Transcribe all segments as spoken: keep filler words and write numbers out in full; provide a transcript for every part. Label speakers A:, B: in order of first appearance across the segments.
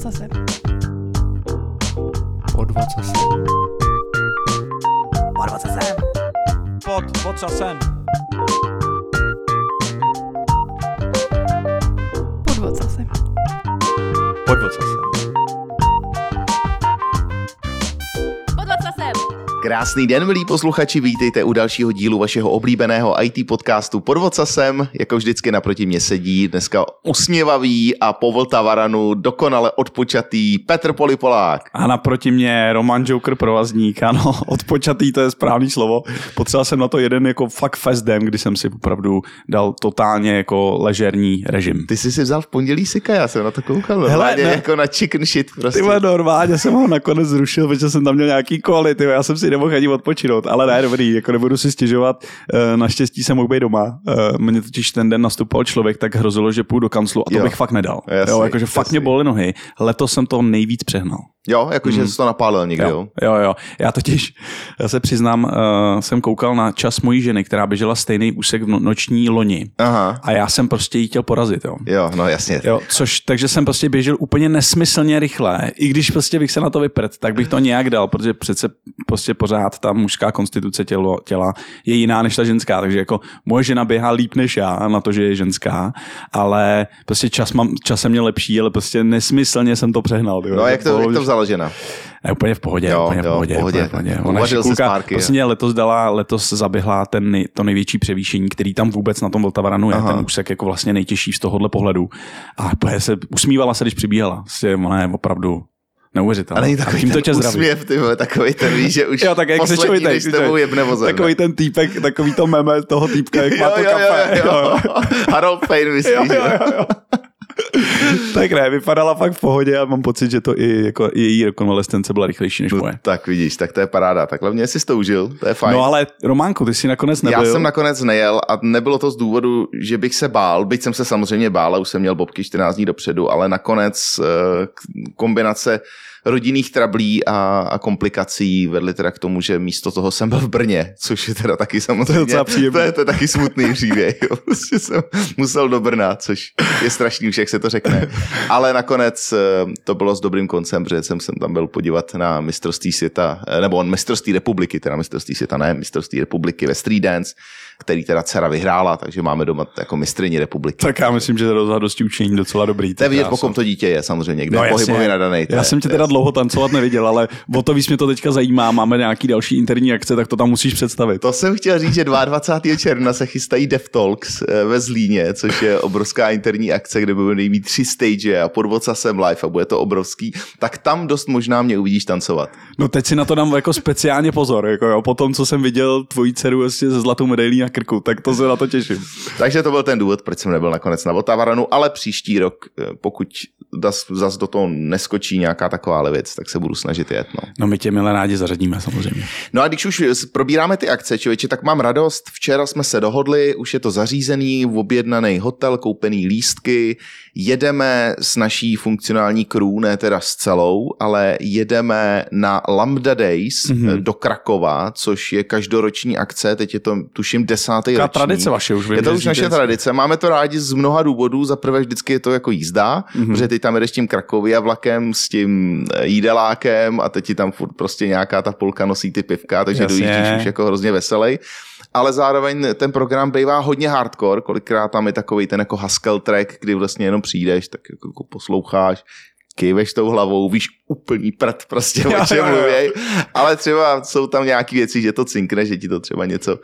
A: ocasem.
B: Pod ocasem.
A: Pod ocasem.
C: Pod ocasem.
A: Pod ocasem.
B: Pod ocasem.
A: Pod ocasem.
D: Krásný den, milí posluchači, vítejte u dalšího dílu vašeho oblíbeného í té podcastu Pod ocasem. Jako vždycky naproti mě sedí dneska usměvavý a po Vltavaranu dokonale odpočatý Petr Polipolák.
B: A naproti mě Roman Joker Provazník, ano, odpočatý, to je správný slovo. Potřeboval jsem na to jeden jako fakt fest den, kdy jsem si opravdu dal totálně jako ležerní režim.
D: Ty jsi si vzal v pondělí syka, já jsem na to koukal, normálně
B: ne.
D: jako na chicken shit prostě.
B: Ty normálně jsem ho nakonec zrušil, protože jsem tam měl nějaký koly, ty, já jsem si nemohl ani odpočinout, ale ne, dobrý, jako nebudu si stěžovat, naštěstí jsem mohl být doma. Mně totiž ten den nastupoval člověk, tak hrozilo, že půjdu do kanclu a to jo. bych fakt nedal. Jasný, jo, jakože fakt mě bolely nohy, letos jsem to nejvíc přehnal.
D: Jo, jakože hmm. jsi to napálil někdy, jo.
B: Jo, jo, já totiž, já se přiznám, uh, jsem koukal na čas mojí ženy, která běžela stejný úsek v no- noční loni. Aha. A já jsem prostě jí chtěl porazit, jo.
D: Jo, no jasně.
B: Jo, což, takže jsem prostě běžel úplně nesmyslně rychle, i když prostě bych se na to vyprt, tak bych to nějak dal, protože přece prostě pořád ta mužská konstituce tělo, těla je jiná než ta ženská, takže jako moje žena běhá líp než já na to, že je ženská, ale prostě čas mám, časem mě lepší, ale prostě nesmyslně jsem to přehnal. Jo.
D: No jak to, jak to vzala žena?
B: Je úplně v pohodě,
D: jo,
B: úplně v pohodě.
D: Jo, v pohodě.
B: Úplně v pohodě. Ona šikulka vlastně letos dala, letos zaběhla ten nej, to největší převýšení, který tam vůbec na tom Vltavaranu je, Aha. ten úsek jako vlastně nejtěžší z tohohle pohledu. A se usmívala se, když přibíhala. Vlastně ona je opravdu neuvěřitelná.
D: A není takový a ten úsměv, ty vole, takový ten, víš, že už
B: jo, tak jak
D: poslední, než s tebou jebne vozem.
B: Takový ten týpek, takový to meme toho týpka, jak má to
D: jo,
B: kafe.
D: Jo, jo, jo. Harold Payne, myslíš,
B: jo, jo, jo, jo. Tak ne, vypadala fakt v pohodě a mám pocit, že to i jako její rekonvalescence byla rychlejší než moje.
D: No, tak vidíš, tak to je paráda. Tak hlavně jsi to užil, to je fajn.
B: No ale Románku, ty jsi nakonec nebyl.
D: Já jsem nakonec nejel a nebylo to z důvodu, že bych se bál, byť jsem se samozřejmě bál a už jsem měl bobky čtrnáct dní dopředu, ale nakonec kombinace rodinných trablí a, a komplikací vedly teda k tomu, že místo toho jsem byl v Brně, což je teda taky samozřejmě, to je, to je, to je taky smutný příběh. Prostě jsem musel do Brna, což je strašný, už jak se to řekne. Ale nakonec to bylo s dobrým koncem, protože jsem, jsem tam byl podívat na mistrovství světa, nebo mistrovství republiky, teda mistrovství světa, ne, mistrovství republiky ve street dance, který teda dcera vyhrála, takže máme doma jako mistryni republiky.
B: Tak já myslím, že to rozhodosti učení docela dobrý.
D: To je vidět, po kom to dítě je samozřejmě, kde
B: no,
D: je pohybově nadanej.
B: Já
D: je,
B: jsem tě teda dlouho tancovat neviděl, ale o to víc mě to teďka zajímá, máme nějaký další interní akce, tak to tam musíš představit.
D: To jsem chtěl říct, že dvacátého druhého června se chystají Dev Talks ve Zlíně, což je obrovská interní akce, kde budeme mít tři stage a Pod ocasem live a bude to obrovský, tak tam dost možná mě uvidíš tancovat.
B: No teď si na to dám jako speciálně pozor, jako jo, po tom, co jsem viděl tvojí dceru vlastně se zlatou medailí na krku, tak to se na to těším.
D: Takže to byl ten důvod, proč jsem nebyl nakonec na Vltavaranu, ale příští rok, pokud zas do toho neskočí nějaká taková věc, tak se budu snažit jet. No,
B: no my tě milé rádi zařadíme samozřejmě.
D: No a když už probíráme ty akce, člověče, tak mám radost. Včera jsme se dohodli, už je to zařízený, objednaný hotel, koupený lístky, jedeme s naší funkcionální crew, ne teda s celou, ale jedeme na Lambda Days mm-hmm. do Krakova, což je každoroční akce, teď je to tuším desátý ročník.
B: Tradice vaše už.
D: Je to už naše tradice, máme to rádi z mnoha důvodů, za prvé vždycky je to jako jízda, mm-hmm. protože ty tam jedeš tím Krakovia vlakem s tím jídelákem a teď ti tam furt prostě nějaká ta polka nosí ty pivka, takže Jasně. dojíždíš už jako hrozně veselej. Ale zároveň ten program bývá hodně hardcore, kolikrát tam je takovej ten jako hustle track, kdy vlastně jenom přijdeš, tak jako posloucháš, kýveš tou hlavou, víš úplný prd prostě, o čem mluvěj, ale třeba jsou tam nějaký věci, že to cinkne, že ti to třeba něco uh,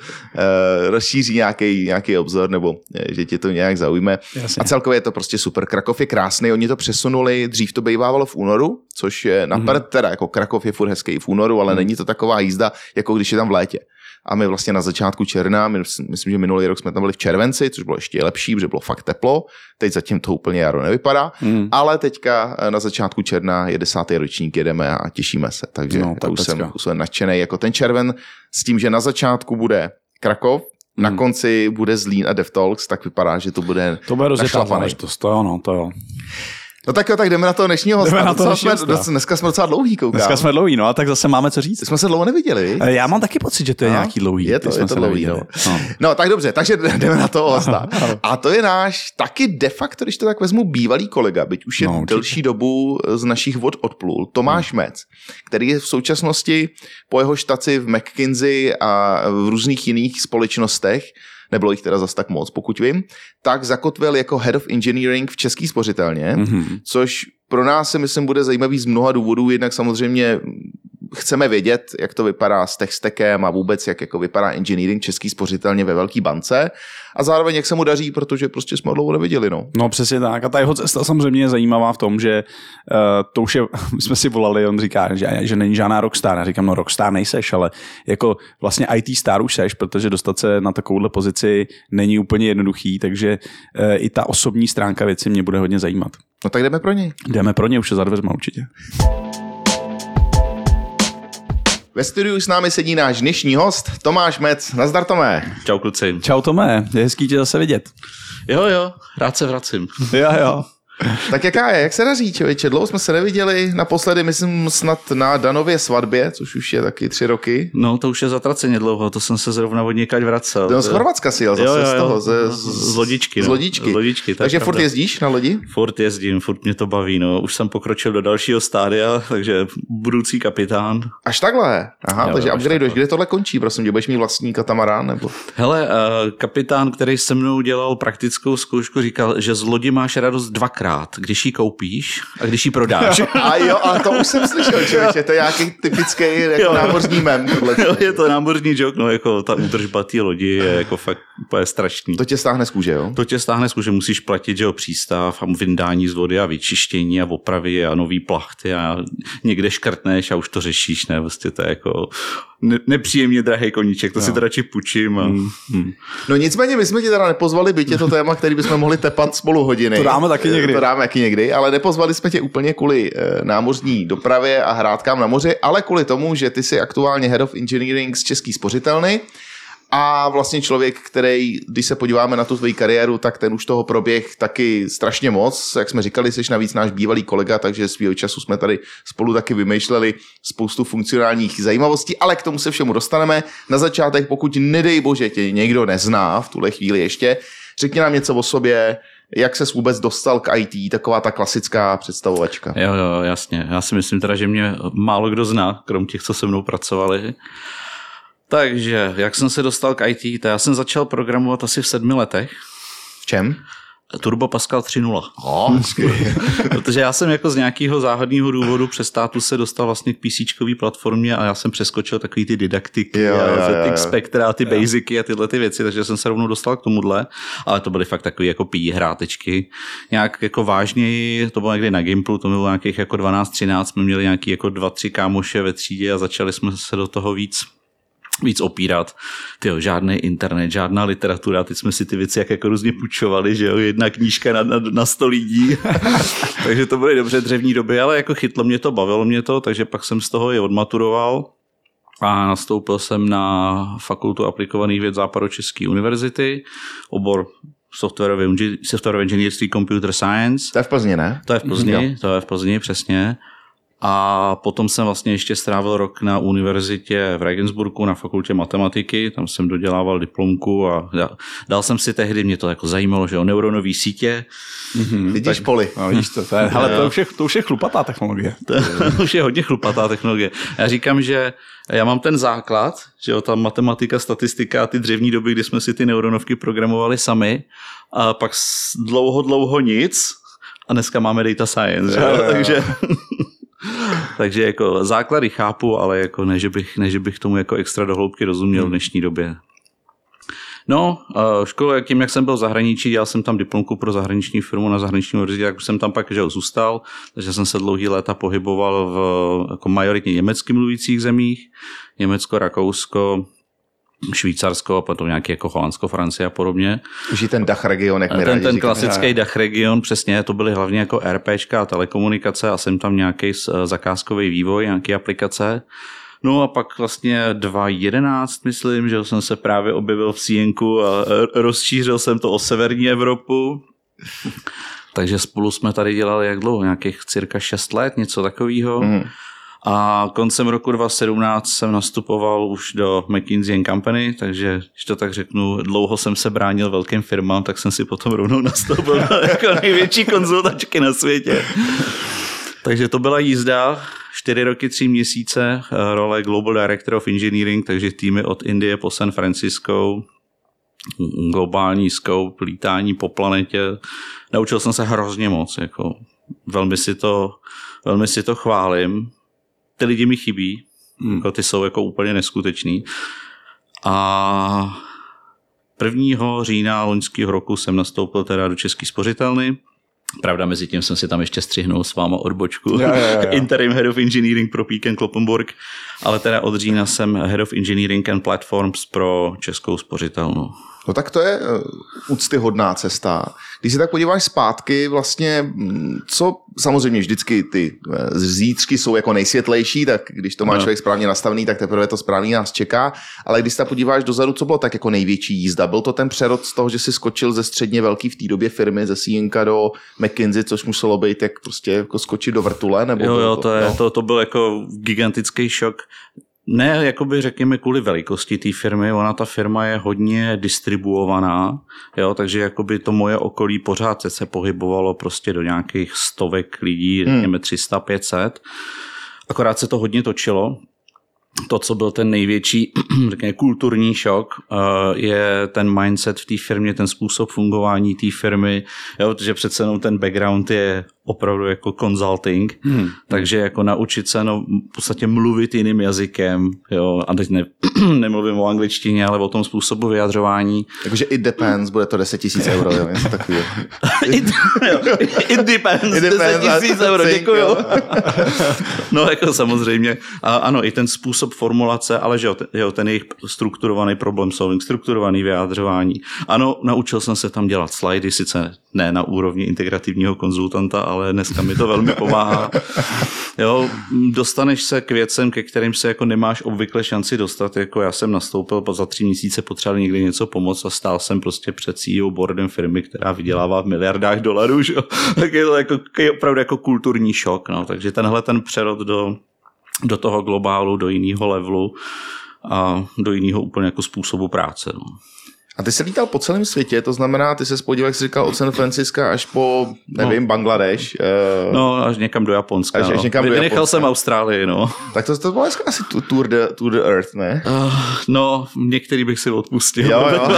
D: rozšíří nějaký, nějaký obzor, nebo že ti to nějak zaujme. Jasně. A celkově je to prostě super. Krakov je krásný, oni to přesunuli, dřív to bývávalo v únoru, což je na prd, teda jako Krakov je furt hezký v únoru, ale mm. není to taková jízda, jako když je tam v létě. A my vlastně na začátku června, my, myslím, že minulý rok jsme tam byli v červenci, což bylo ještě lepší, protože bylo fakt teplo. Teď zatím to úplně jaro nevypadá, mm. ale teďka na začátku června je desátý ročník, jedeme a těšíme se. Takže no, tak už, jsem, už jsem nadšenej jako ten červen s tím, že na začátku bude Krakov, mm. na konci bude Zlín a Dev Talks, tak vypadá, že to bude
B: To bude rozjetá záležitost, to jo, no, to jo.
D: No tak jo, tak jdeme na toho dnešního hosta.
B: Jdeme na toho
D: Docela
B: dnešního
D: jsme,
B: hosta.
D: Dneska jsme docela dlouhý, koukám.
B: Dneska jsme dlouhý, no a tak zase máme co říct.
D: Jsme se dlouho neviděli.
B: Já mám taky pocit, že to je
D: No,
B: nějaký dlouhý.
D: je to-
B: když
D: je
B: jsme
D: to
B: se
D: dlouhý,
B: neviděli.
D: no.
B: No.
D: No tak dobře, takže jdeme na toho hosta. A to je náš taky de facto, když to tak vezmu, bývalý kolega, byť už je
B: No,
D: no,
B: určitě.
D: delší dobu z našich vod odplul, Tomáš Mec, který je v současnosti po jeho štaci v McKinsey a v různých jiných společnostech, nebylo jich teda zas tak moc, pokud vím, tak zakotvil jako Head of Engineering v České spořitelně,
B: Mhm.
D: což pro nás si myslím bude zajímavý z mnoha důvodů, jednak samozřejmě chceme vědět, jak to vypadá s techstekem a vůbec, jak jako vypadá engineering český spořitelně ve velké bance a zároveň, jak se mu daří, protože prostě jsme ho dlouho neviděli. No.
B: No přesně tak. A ta jeho cesta samozřejmě je zajímavá v tom, že uh, to už je, my jsme si volali, on říká, že, že není žádná rockstar. Já říkám, no rockstar nejseš, ale jako vlastně í té star už seš, protože dostat se na takovouhle pozici není úplně jednoduchý, takže uh, i ta osobní stránka věci mě bude hodně zajímat.
D: no tak jdeme pro něj.
B: Jdeme pro ně, už se za dveřma určitě.
D: Ve studiu s námi sedí náš dnešní host Tomáš Mec. Nazdar, Tomé.
E: Čau kluci.
B: Čau Tome, je hezký tě zase vidět.
E: Jo, jo, rád se vracím.
B: Jo, jo.
D: Tak jaká je? Jak se daří, člověče? Dlouho jsme se neviděli. Naposledy, myslím, snad na Danově svatbě, což už je taky tři roky.
E: No to už je zatraceně dlouho, to jsem se zrovna od někať vracel.
D: No, z Chorvatska si jel zase
E: jo, jo, jo.
D: z toho. Ze,
E: z, z lodičky.
D: Z
E: No.
D: lodičky.
E: Z lodičky, to je
D: Takže furt
E: pravda.
D: jezdíš na lodi?
E: Furt jezdím, furt mě to baví, no. Už jsem pokročil do dalšího stádia, takže budoucí kapitán.
D: Až takhle. Aha,
E: Jo,
D: takže
E: jo, až
D: upgradeuješ.
E: takhle.
D: Kde tohle končí, prosím tě? Budeš mít vlastní katamarán? Nebo...
E: Hele, uh, kapitán, který se mnou dělal praktickou zkoušku, říkal, že z lodi máš radost dvakrát, když ji koupíš a když ji prodáš.
D: A jo, ale to už jsem slyšel, člověče. To je nějaký typický jako
E: Jo.
D: námořní mem. Tohle.
E: Jo, je to námořní joke, no jako ta údržba té lodi je jako fakt úplně strašný.
D: To tě stáhne z kůže, jo?
E: To tě stáhne z kůže, musíš platit, že jo, přístav a vyndání z vody a vyčištění a opravy a nový plachty a někde škrtneš a už to řešíš, ne, vlastně to je jako ne- nepříjemně drahý koníček, to no. si to radši půjčím a...
B: Mm.
E: Hmm.
D: No nicméně my jsme ti teda nepozvali, byť je to téma, který bychom mohli tepat spolu hodiny.
B: To dáme taky někdy.
D: To dáme taky někdy, ale nepozvali jsme tě úplně kvůli eh, námořní dopravě a hrádkám na moři, ale kvůli tomu, že ty jsi aktuálně Head of Engineering z České spořitelny a vlastně člověk, který, když se podíváme na tu svoji kariéru, tak ten už toho proběh taky strašně moc. Jak jsme říkali, jsi navíc náš bývalý kolega, takže svýho času jsme tady spolu taky vymýšleli spoustu funkcionálních zajímavostí, ale k tomu se všemu dostaneme. Na začátek, pokud nedej bože tě někdo nezná v tuhle chvíli ještě, řekni nám něco o sobě, jak ses vůbec dostal k í té, taková ta klasická představovačka.
E: Jo, jo, jasně. Já si myslím teda, že mě málo kdo zná, krom těch, co se mnou pracovali. Takže, jak jsem se dostal k í té, to já jsem začal programovat asi v sedmi letech.
D: V čem?
E: Turbo Pascal tři nula.
D: Oh,
E: Protože já jsem jako z nějakého záhadného důvodu přes státu se dostal vlastně k PCčkový platformě a já jsem přeskočil takový ty didaktiky
D: Jo,
E: a
D: jo, jo, jo.
E: X Spectra a ty basicy a tyhle ty věci, takže jsem se rovnou dostal k tomuhle, ale to byly fakt takový jako pí hrátečky. Nějak jako vážněji, to bylo někdy na Gimplu, to bylo nějakých jako dvanáct třináct, jsme měli nějaký jako dva, tři kámoše ve třídě a začali jsme se do toho víc víc opírat. Tyjo, žádný internet, žádná literatura, teď jsme si ty věci jak jako různě půjčovali, že jo, jedna knížka na, na, na sto lidí. Takže to byly dobře dřevní doby, ale jako chytlo mě to, bavilo mě to, takže pak jsem z toho i odmaturoval a nastoupil jsem na Fakultu aplikovaných věd Západočeské univerzity, obor softwarové softwarové inženýrství Computer Science.
D: To je v Plzni, ne?
E: To je v Plzni,
D: Jo.
E: to je v Plzni, přesně. A potom jsem vlastně ještě strávil rok na univerzitě v Regensburgu na fakultě matematiky, tam jsem dodělával diplomku a dal jsem si tehdy, mě to jako zajímalo, že o neuronové sítě.
D: Mm-hmm. Vidíš tak, poli.
B: No, víš to, to je, hele, to už je, to už je chlupatá technologie.
E: To už je hodně chlupatá technologie. Já říkám, že já mám ten základ, že jo, ta matematika, statistika a ty dřevní doby, kdy jsme si ty neuronovky programovali sami a pak dlouho, dlouho nic a dneska máme data science, že jo, takže... Takže jako základy chápu, ale jako ne, že bych, ne, že bych tomu jako extra dohloubky rozuměl v dnešní době. No, školu, tím, jak jsem byl v zahraničí, dělal jsem tam diplomku pro zahraniční firmu na zahraniční univerzitě, tak jsem tam pak že zůstal, takže jsem se dlouhý léta pohyboval v jako majoritně německy mluvících zemích, Německo, Rakousko, Švýcarsko a potom nějaký jako Holandsko, Francie a podobně.
D: Už je ten Dach region, jak mi
E: Ten,
D: rádi
E: ten
D: říkáme.
E: klasický Dach region, přesně, to byly hlavně jako RPčka a telekomunikace a jsem tam nějaký zakázkový vývoj, nějaké aplikace. No a pak vlastně dva tisíce jedenáct, myslím, že jsem se právě objevil v C N ku a rozšířil jsem to o severní Evropu. Takže spolu jsme tady dělali jak dlouho, nějakých cirka šest let, něco takového. Mm. A koncem roku dva tisíce sedmnáct jsem nastupoval už do McKinsey and Company, takže když to tak řeknu, dlouho jsem se bránil velkým firmám, tak jsem si potom rovnou nastoupil jako největší konzultačky na světě. Takže to byla jízda, čtyři roky, tři měsíce, role Global Director of Engineering, takže týmy od Indie po San Francisco, globální scope, lítání po planetě. Naučil jsem se hrozně moc, jako velmi si to, velmi si to chválím. Ty lidi mi chybí, hmm. jako ty jsou jako úplně neskuteční. A prvního října loňského roku jsem nastoupil teda do České spořitelny. Pravda, mezi tím jsem si tam ještě střihnul s váma odbočku. Ja, ja, ja. Interim Head of Engineering pro Peek and Kloppenburg, ale teda od října jsem Head of Engineering and Platforms pro Českou spořitelnu.
D: No tak to je úctyhodná cesta. Když se tak podíváš zpátky, vlastně, co samozřejmě vždycky ty zítřky jsou jako nejsvětlejší, tak když to má no. člověk správně nastavený, tak teprve to správně nás čeká, ale když se tak podíváš dozadu, co bylo tak jako největší jízda? Byl to ten přerod z toho, že si skočil ze středně velký v té době firmy, ze C N K do McKinsey, což muselo být jak prostě jako skočit do vrtule? Nebo
E: jo, jo, to,
D: to,
E: je,
D: no.
E: to, to byl jako gigantický šok. Ne, jakoby řekněme kvůli velikosti té firmy, ona ta firma je hodně distribuovaná, jo, takže jakoby to moje okolí pořád se pohybovalo prostě do nějakých stovek lidí, řekněme hmm. tři sta pět set. Akorát se to hodně točilo. To, co byl ten největší řekněme, kulturní šok, je ten mindset v té firmě, ten způsob fungování té firmy, jo, protože přece jenom ten background je opravdu jako consulting, hmm. takže jako naučit se no, v podstatě mluvit jiným jazykem, jo, a teď ne, nemluvím o angličtině, ale o tom způsobu vyjadřování.
D: Takže it depends, bude to deset tisíc euro, jo, něco takového.
E: it, it depends, it depends deset tisíc euro, děkuju. No jako samozřejmě, a ano, i ten způsob formulace, ale že jo, ten, jo, ten jejich strukturovaný problem solving, strukturovaný vyjadřování. Ano, naučil jsem se tam dělat slidy, sice ne na úrovni integrativního konzultanta, ale dneska mi to velmi pomáhá. Jo, dostaneš se k věcem, ke kterým se jako nemáš obvykle šanci dostat, jako já jsem nastoupil, za tři měsíce potřeboval někdy něco pomoct a stál jsem prostě před C E O boardem firmy, která vydělává v miliardách dolarů, že? Tak je to jako, je opravdu jako kulturní šok, no. Takže tenhle ten přerod do, do toho globálu, do jiného levelu a do jiného úplně jako způsobu práce, no.
D: A ty jsi lítal po celém světě, to znamená, ty se spodíval, jak jsi říkal, od San Francisca až po, nevím, no. Bangladeš. Uh,
E: no, až někam do Japonska. Až,
D: no. až někam do
E: Vynechal
D: Japonska.
E: jsem Austrálii, no.
D: Tak to, to bylo asi Tour the, tour the Earth, ne?
E: Uh, no, některý bych si odpustil.
D: Jo, jo.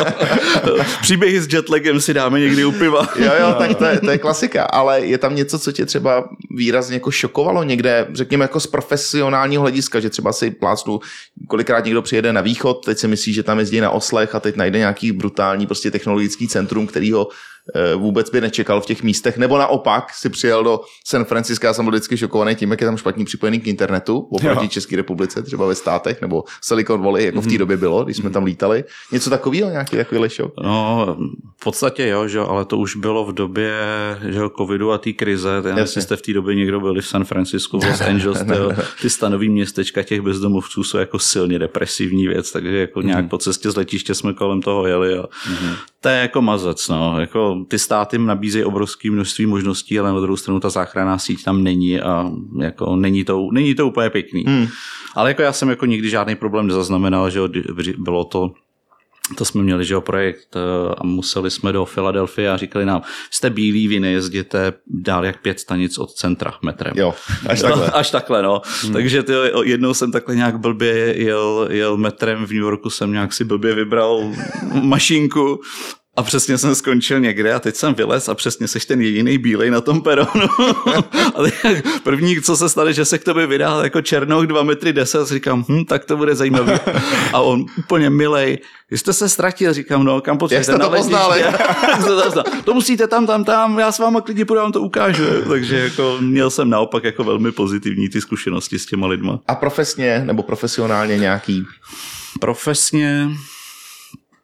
E: Příběhy s jetlagem si dáme někdy u piva.
D: Jo, jo, tak to je, to je klasika, ale je tam něco, co tě třeba výrazně jako šokovalo někde, řekněme jako z profesionálního hlediska, že třeba si plácnu, kolikrát někdo přijede na východ, teď si myslí, že tam jezdí na oslech a teď najde nějaký brutální prostě technologický centrum, který ho e, vůbec by nečekal v těch místech, nebo naopak si přijel do San Francisca, já jsem byl vždycky šokovaný tím, jak je tam špatně připojený k internetu, oproti České republice, třeba ve státech, nebo Silicon Valley, jako v té době bylo, když jsme tam lítali. Něco takového, nějaký takovýhle šok?
E: No, v podstatě jo, že, ale to už bylo v době že, covidu a té krize. Já myslím, jste v té době někdo byli v San Francisco, v Los Angeles, tyjo, ty stanový městečka těch bezdomovců jsou jako silně depresivní věc, takže jako nějak mm. po cestě z letiště jsme kolem toho jeli a mm. to je jako mazec, no, jako ty státy nabízejí obrovské množství možností, ale na druhou stranu ta záchranná síť tam není a jako není to, není to úplně pěkný. Mm. Ale jako já jsem jako nikdy žádný problém nezaznamenal, že bylo to To jsme měli, že jo, projekt a museli jsme do Filadelfie a říkali nám, jste bílí, vy nejezděte dál jak pět stanic od centra metrem.
D: Jo, až takhle.
E: No, až takhle, no. Hmm. Takže tyjo, jednou jsem takhle nějak blbě jel, jel metrem, v New Yorku jsem nějak si blbě vybral mašinku a přesně jsem skončil někde a teď jsem vylez a přesně seš ten jediný bílej na tom peronu. A první, co se stane, že se k tobě vydá jako černoch dva metry deset a říkám, hm, tak to bude zajímavý. A on úplně milej, vy jste se ztratil, říkám, no, kam potřebujete?
D: Jak jste to poznali?
E: To musíte tam, tam, tam, já s váma klidně půjdu, vám to ukážu. Takže jako měl jsem naopak jako velmi pozitivní ty zkušenosti s těma lidma.
D: A profesně nebo profesionálně nějaký?
E: Profesně...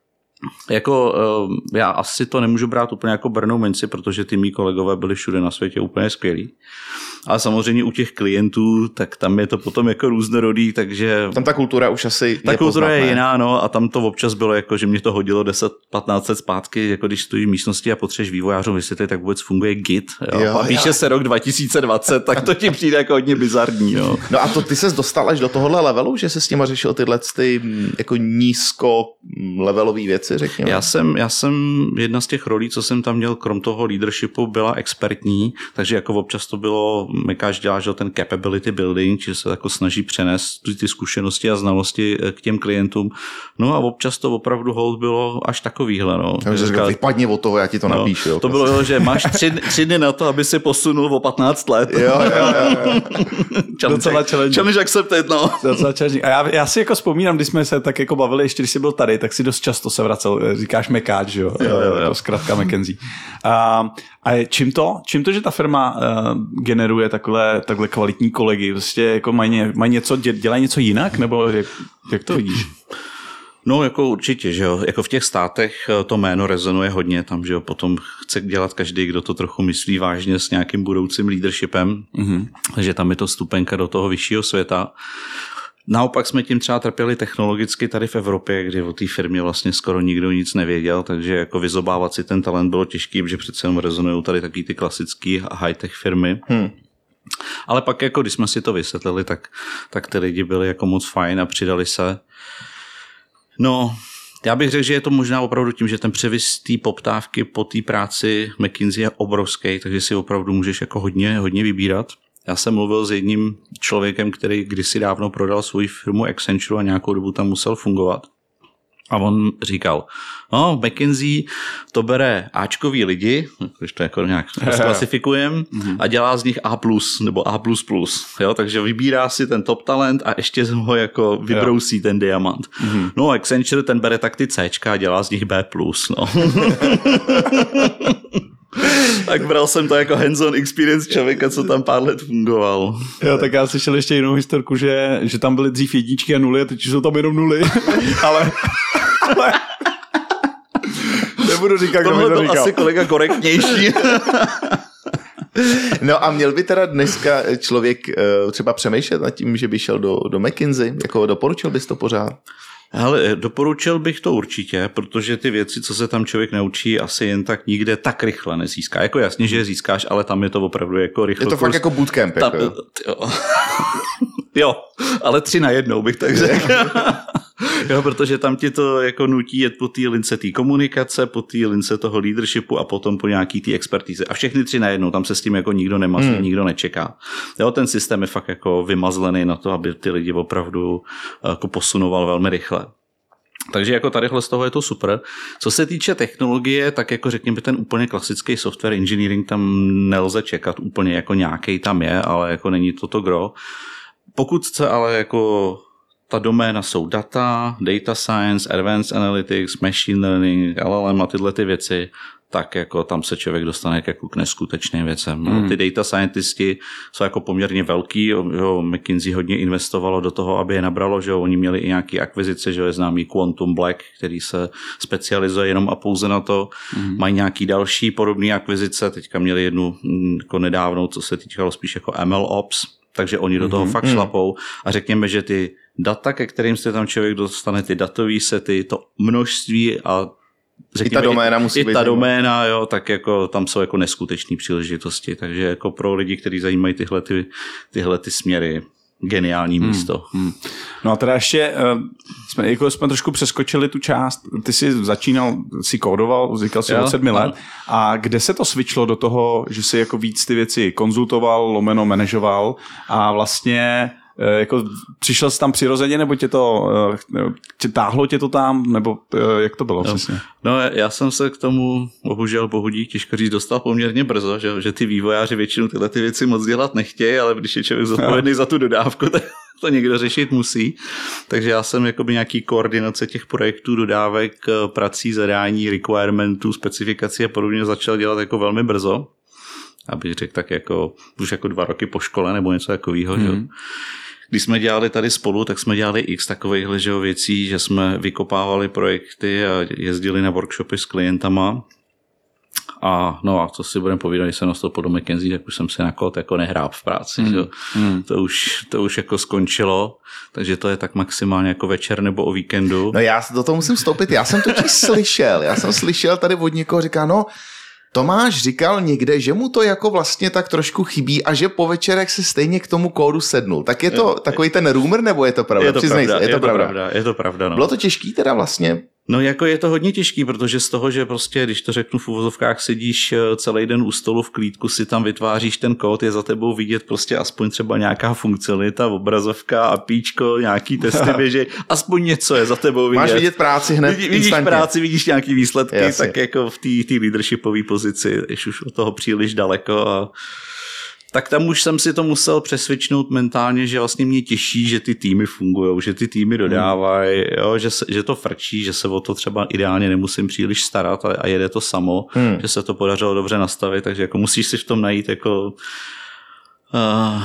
E: Jako já asi to nemůžu brát úplně jako brnou minci, protože ty mý kolegové byli všude na světě úplně skvělí. Ale samozřejmě u těch klientů, tak tam je to potom jako různorodý, takže...
D: Tam ta kultura už asi
E: Ta
D: je
E: kultura
D: poznat,
E: je
D: ne?
E: jiná, no, a tam to občas bylo jako, že mě to hodilo deset patnáct let zpátky, jako když stojí v místnosti a potřebuješ vývojářům vysvětlit, tak vůbec funguje Git. Jo?
D: Jo,
E: A píše
D: jo.
E: se rok dva tisíce dvacet, tak to ti přijde jako hodně bizarní. Jo.
D: No a to ty ses dostal až do tohohle levelu, že se s těma řešil tyhle ty mm, jako nízko levelové věci, řekněme?
E: Já jsem, já jsem, jedna z těch rolí, co jsem tam měl, krom toho leadershipu, byla expertní, takže jako občas to bylo, Mekáč dělá, že ten capability building, že se jako snaží přenést ty zkušenosti a znalosti k těm klientům. No a občas to opravdu hold bylo až takovýhle. No.
D: Takže říkal, vypadni od toho, já ti to
E: no,
D: napíšu. Jo,
E: to bylo, jo, že máš tři, tři dny na to, aby si posunul o patnáct let.
D: Jo, jo, jo. jo.
B: Docela challenge.
E: Challenge accepted, no.
B: Docela challenge. A já, já si jako vzpomínám, když jsme se tak jako bavili, ještě když jsi byl tady, tak si dost často se vracel, říkáš Mekáč, že jo?
E: Jo, jo, jo.
B: To zkrátka McKenzie. A, a čím to, čím to, že ta firma uh, generuje takhle, takhle kvalitní kolegy? Prostě jako mají, mají něco, dělají něco jinak? Nebo jak, jak to vidíš?
E: No, jako určitě, že jo. Jako v těch státech to jméno rezonuje hodně, tam, že jo, potom chce dělat každý, kdo to trochu myslí vážně s nějakým budoucím leadershipem, mm-hmm. že tam je to stupenka do toho vyššího světa. Naopak jsme tím třeba trpěli technologicky tady v Evropě, kdy o té firmě vlastně skoro nikdo nic nevěděl, takže jako vyzobávat si ten talent bylo těžký, protože přece jenom rezonují tady taky ty klasické high-tech firmy. Hmm. Ale pak jako, když jsme si to vysvětlili, tak, tak ty lidi byli jako moc fajn a přidali se. No, já bych řekl, že je to možná opravdu tím, že ten převis té poptávky po té práci McKinsey je obrovský, takže si opravdu můžeš jako hodně, hodně vybírat. Já jsem mluvil s jedním člověkem, který kdysi dávno prodal svou firmu Accenture a nějakou dobu tam musel fungovat. A on říkal, no, McKinsey to bere áčkový lidi, když to jako nějak klasifikujeme, a dělá z nich A plus nebo A plus plus. Jo? Takže vybírá si ten top talent a ještě ho jako vybrousí ten diamant. Mm-hmm. No, Accenture ten bere tak ty Cčka a dělá z nich B plus. No. Tak bral jsem to jako hands-on experience člověka, co tam pár let fungoval.
B: Jo, tak já slyšel ještě jinou historku, že, že tam byly dřív jedničky a nuly a teď jsou tam jenom nuly. ale, ale nebudu říkat, kdo mi
E: Tohle
B: to
E: byl
B: říkal.
E: asi kolega korektnější.
D: No a měl by teda dneska člověk uh, třeba přemýšlet nad tím, že by šel do, do McKinsey? Jako doporučil bys to pořád?
E: Hele, doporučil bych to určitě, protože ty věci, co se tam člověk naučí, asi jen tak nikde tak rychle nezíská. Jako jasně, že je získáš, ale tam je to opravdu jako rychle.
D: Je to fakt jako bootcamp.
E: Tam,
D: Jako,
E: jo. jo, ale tři na jednou bych tak řekl. Jo, protože tam ti to jako nutí jet po té lince té komunikace, po té lince toho leadershipu a potom po nějaký té expertíze. A všechny tři najednou, tam se s tím jako nikdo nemazlí, hmm. nikdo nečeká. Jo, ten systém je fakt jako vymazlený na to, aby ty lidi opravdu jako posunoval velmi rychle. Takže jako tadyhle z toho je to super. Co se týče technologie, tak jako řekněme, ten úplně klasický software engineering tam nelze čekat, úplně jako nějaký tam je, ale jako není to to gro. Pokud se ale jako ta doména jsou data, data science, advanced analytics, machine learning, L L M a tyhle ty věci, tak jako tam se člověk dostane jako k neskutečným věcem. Mm. Ty data scientisti jsou jako poměrně velký, jo, McKinsey hodně investovalo do toho, aby je nabralo, že jo, oni měli i nějaký akvizice, že jo, je známý Quantum Black, který se specializuje jenom a pouze na to. Mm. Mají nějaký další podobné akvizice, teďka měli jednu jako nedávnou, co se týkalo spíš jako M L Ops, takže oni do toho mm. fakt šlapou a řekněme, že ty data, ke kterým se tam člověk dostane, ty datové sety, to množství a řekněme,
D: I ta doména musí
E: i
D: být.
E: ta doména, jo, tak jako tam jsou jako neskutečné příležitosti, takže jako pro lidi, kteří zajímají tyhle, ty, tyhle ty směry, geniální hmm. místo. Hmm.
B: No a teda ještě uh, jsme, jako jsme trošku přeskočili tu část, ty jsi začínal, si kódoval, říkal jsi od sedmi let a kde se to switchlo do toho, že jsi jako víc ty věci konzultoval, lomeno manažoval a vlastně jako přišel jsi tam přirozeně, nebo tě to tě táhlo tě to tam, nebo jak to bylo no. přesně?
E: No já jsem se k tomu, bohužel bohudík, těžko říct, dostal poměrně brzo, že, že ty vývojáři většinou tyhle ty věci moc dělat nechtějí, ale když je člověk zodpovědný no. za tu dodávku, tak to někdo řešit musí. Takže já jsem jakoby nějaký koordinace těch projektů, dodávek, prací, zadání, requirementů, specifikací a podobně začal dělat jako velmi brzo. Abych řekl tak jako, už jako dva roky po škole nebo něco takového, mm. že? když jsme dělali tady spolu, tak jsme dělali x takovýchhle že jo, věcí, že jsme vykopávali projekty a jezdili na workshopy s klientama. A no a co si budeme povídat, když jsem nastoupil do McKinsey, tak už jsem se na kód jako nehrál v práci. Mm. Že? Mm. To, už, to už jako skončilo, takže to je tak maximálně jako večer nebo o víkendu.
D: No já do toho musím vstoupit, já jsem totiž slyšel, já jsem slyšel tady od někoho, říká, no Tomáš říkal někde, že mu to jako vlastně tak trošku chybí a že po večerech se stejně k tomu kódu sednul. Tak je to je, takový ten rumor, nebo je to pravda?
E: Je to
D: Přiznej
E: pravda,
D: se, je,
E: je
D: to
E: to
D: pravda.
E: pravda. Je to pravda, no.
D: Bylo to těžký teda vlastně?
E: No jako je to hodně těžký, protože z toho, že prostě, když to řeknu v uvozovkách, sedíš celý den u stolu v klídku, si tam vytváříš ten kód, je za tebou vidět prostě aspoň třeba nějaká funkcionalita, obrazovka, apíčko, nějaký testy běží, aspoň něco je za tebou vidět.
D: Máš vidět práci hned
E: Vidí, Vidíš
D: instantně.
E: práci, vidíš nějaký výsledky,
D: Jasně.
E: tak jako v té leadershipové pozici, když už od toho příliš daleko a tak tam už jsem si to musel přesvědčnout mentálně, že vlastně mě těší, že ty týmy fungují, že ty týmy dodávají, jo, že, se, že to frčí, že se o to třeba ideálně nemusím příliš starat a, a jede to samo, hmm. že se to podařilo dobře nastavit, takže jako musíš si v tom najít jako uh,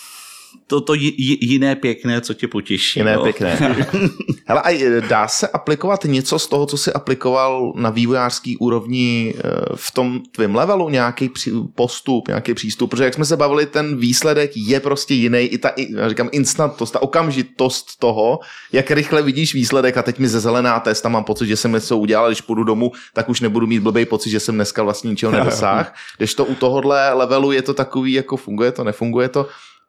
E: to, to j, jiné pěkné, co tě potěší.
D: Jiné
E: jo.
D: pěkné. Hele, a dá se aplikovat něco z toho, co jsi aplikoval na vývojářský úrovni v tom tvém levelu, nějaký postup, nějaký přístup, protože jak jsme se bavili, ten výsledek je prostě jiný, i ta, já říkám, instantnost, ta okamžitost toho, jak rychle vidíš výsledek a teď mi ze zelená test a mám pocit, že jsem něco udělal, když půjdu domů, tak už nebudu mít blbej pocit, že jsem dneska vlastně ničeho nedosáhl. Když to u tohohle levelu je to takový, jako funguje to, nefunguje to,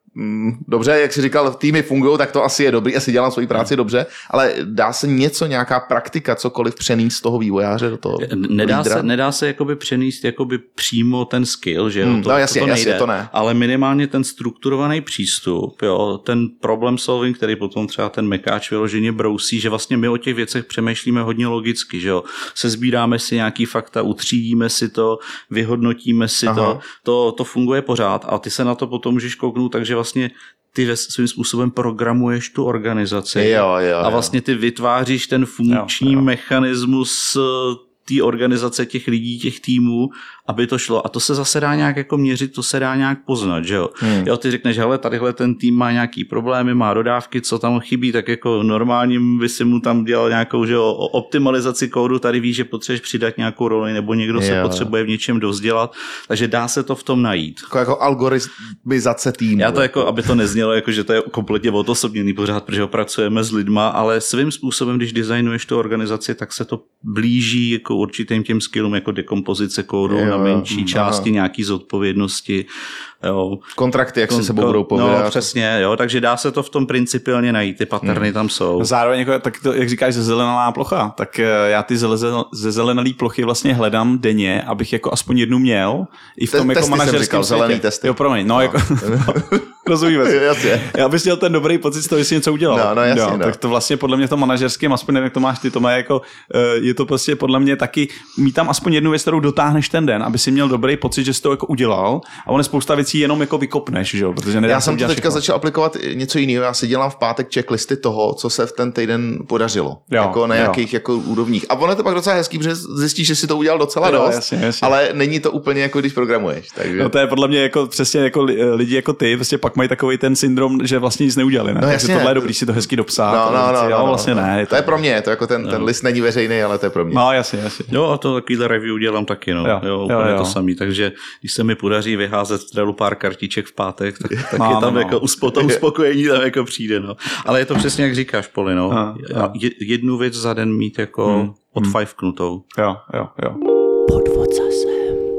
D: dobře, jak jsi říkal, týmy fungují, tak to asi je dobrý, asi dělám svoji práci dobře, ale dá se něco, nějaká praktika, cokoliv přenést z toho vývojáře do toho
E: Nedá
D: lídra?
E: se, nedá se jakoby přenést jakoby přímo ten skill, že jo?
D: Hmm,
E: to,
D: no jasně,
E: to, to nejde,
D: jasně, to ne.
E: Ale minimálně ten strukturovaný přístup, jo? Ten problem solving, který potom třeba ten mekáč vyloženě brousí, že vlastně my o těch věcech přemýšlíme hodně logicky, že jo? Sezbíráme si nějaký fakta, utřídíme si to, vyhodnotíme si to, to, to funguje pořád a ty se na to potom můžeš kouknout, takže vlastně ty svým způsobem programuješ tu organizaci
D: jo, jo,
E: a vlastně ty vytváříš ten funkční
B: jo, jo.
E: mechanismus té organizace těch lidí, těch týmů, aby to šlo. A to se zase dá nějak jako měřit, to se dá nějak poznat, že jo. Hmm. Jo, ty řekneš, hele, tadyhle ten tým má nějaký problémy, má dodávky, co tam chybí, tak jako normálním by si mu tam dělal nějakou, že jo, optimalizaci kódu, tady víš, že potřebuješ přidat nějakou roli, nebo někdo jo. se potřebuje v něčem dozdělat, takže dá se to v tom najít.
D: Jako, jako algoritmizace týmu.
E: Já to jako, aby to neznělo, jako, že to je kompletně odosobněný pořád, protože pracujeme s lidma, ale svým způsobem, když designuješ tu organizaci, tak se to blíží jako určitým těm skillům, jako dekompozice kódu jo, na menší aha. části, nějaký zodpovědnosti. Jo.
D: Kontrakty, jak
E: Kon,
D: se sebou budou povídat.
E: No přesně, jo, takže dá se to v tom principiálně najít, ty paterny hmm. tam jsou.
B: Zároveň, jako, tak to, jak říkáš, zelenalá plocha, tak já ty ze zelenalé plochy vlastně hledám denně, abych jako aspoň jednu měl. I v tom
D: Te,
B: jako manažerském
D: zelený testy.
B: Jo, promiň, no, no. jako... Rozumíme si. Já bych měl ten dobrý pocit z toho, že jsi něco udělal.
D: No, no, jasně,
B: jo,
D: no.
B: Tak to vlastně podle mě to manažerským, aspoň nevím, jak to máš ty, to má jako, je to prostě podle mě taky, mít tam aspoň jednu věc, kterou dotáhneš ten den, aby si měl dobrý pocit, že jsi to jako udělal a on je spousta věcí jenom jako vykopneš, že jo, protože nedá.
D: Já jsem to teďka
B: všechno.
D: začal aplikovat něco jiného, já si dělám v pátek checklisty toho, co se v ten týden podařilo,
B: jo,
D: jako na
B: jo.
D: nějakých jako úrovních. A ono je to pak docela hezký, protože zjistíš, že si to udělal docela
B: jo,
D: dost,
B: jasně, jasně.
D: ale není to úplně jako když programuješ. Takže...
B: No to je podle mě jako přesně jako lidi jako ty, prostě pak mají takový ten syndrom, že vlastně nic neudělali, ne?
D: No,
B: takže tohle je dobrý si to hezky dopsat.
D: No, no, no,
B: jo,
D: no,
B: vlastně
D: no.
B: ne. Je
D: to, to je pro mě, to jako ten,
E: no.
D: ten list není veřejný, ale to je pro mě.
B: No, jasně, jasně.
E: Jo, a to takovýhle review dělám taky, no.
B: Jo,
E: jo, úplně
B: jo, jo.
E: to samý, takže když se mi podaří vyházet v trailu pár kartiček v pátek, tak, tak
B: no,
E: je tam
B: no,
E: jako
B: no.
E: uspo, to uspokojení tam jako přijde, no. Ale je to přesně jak říkáš, Poli, no.
B: A, a.
E: Jednu věc za den mít jako hmm. odfajfknutou.
B: Jo, jo, jo.
A: Podvod zase.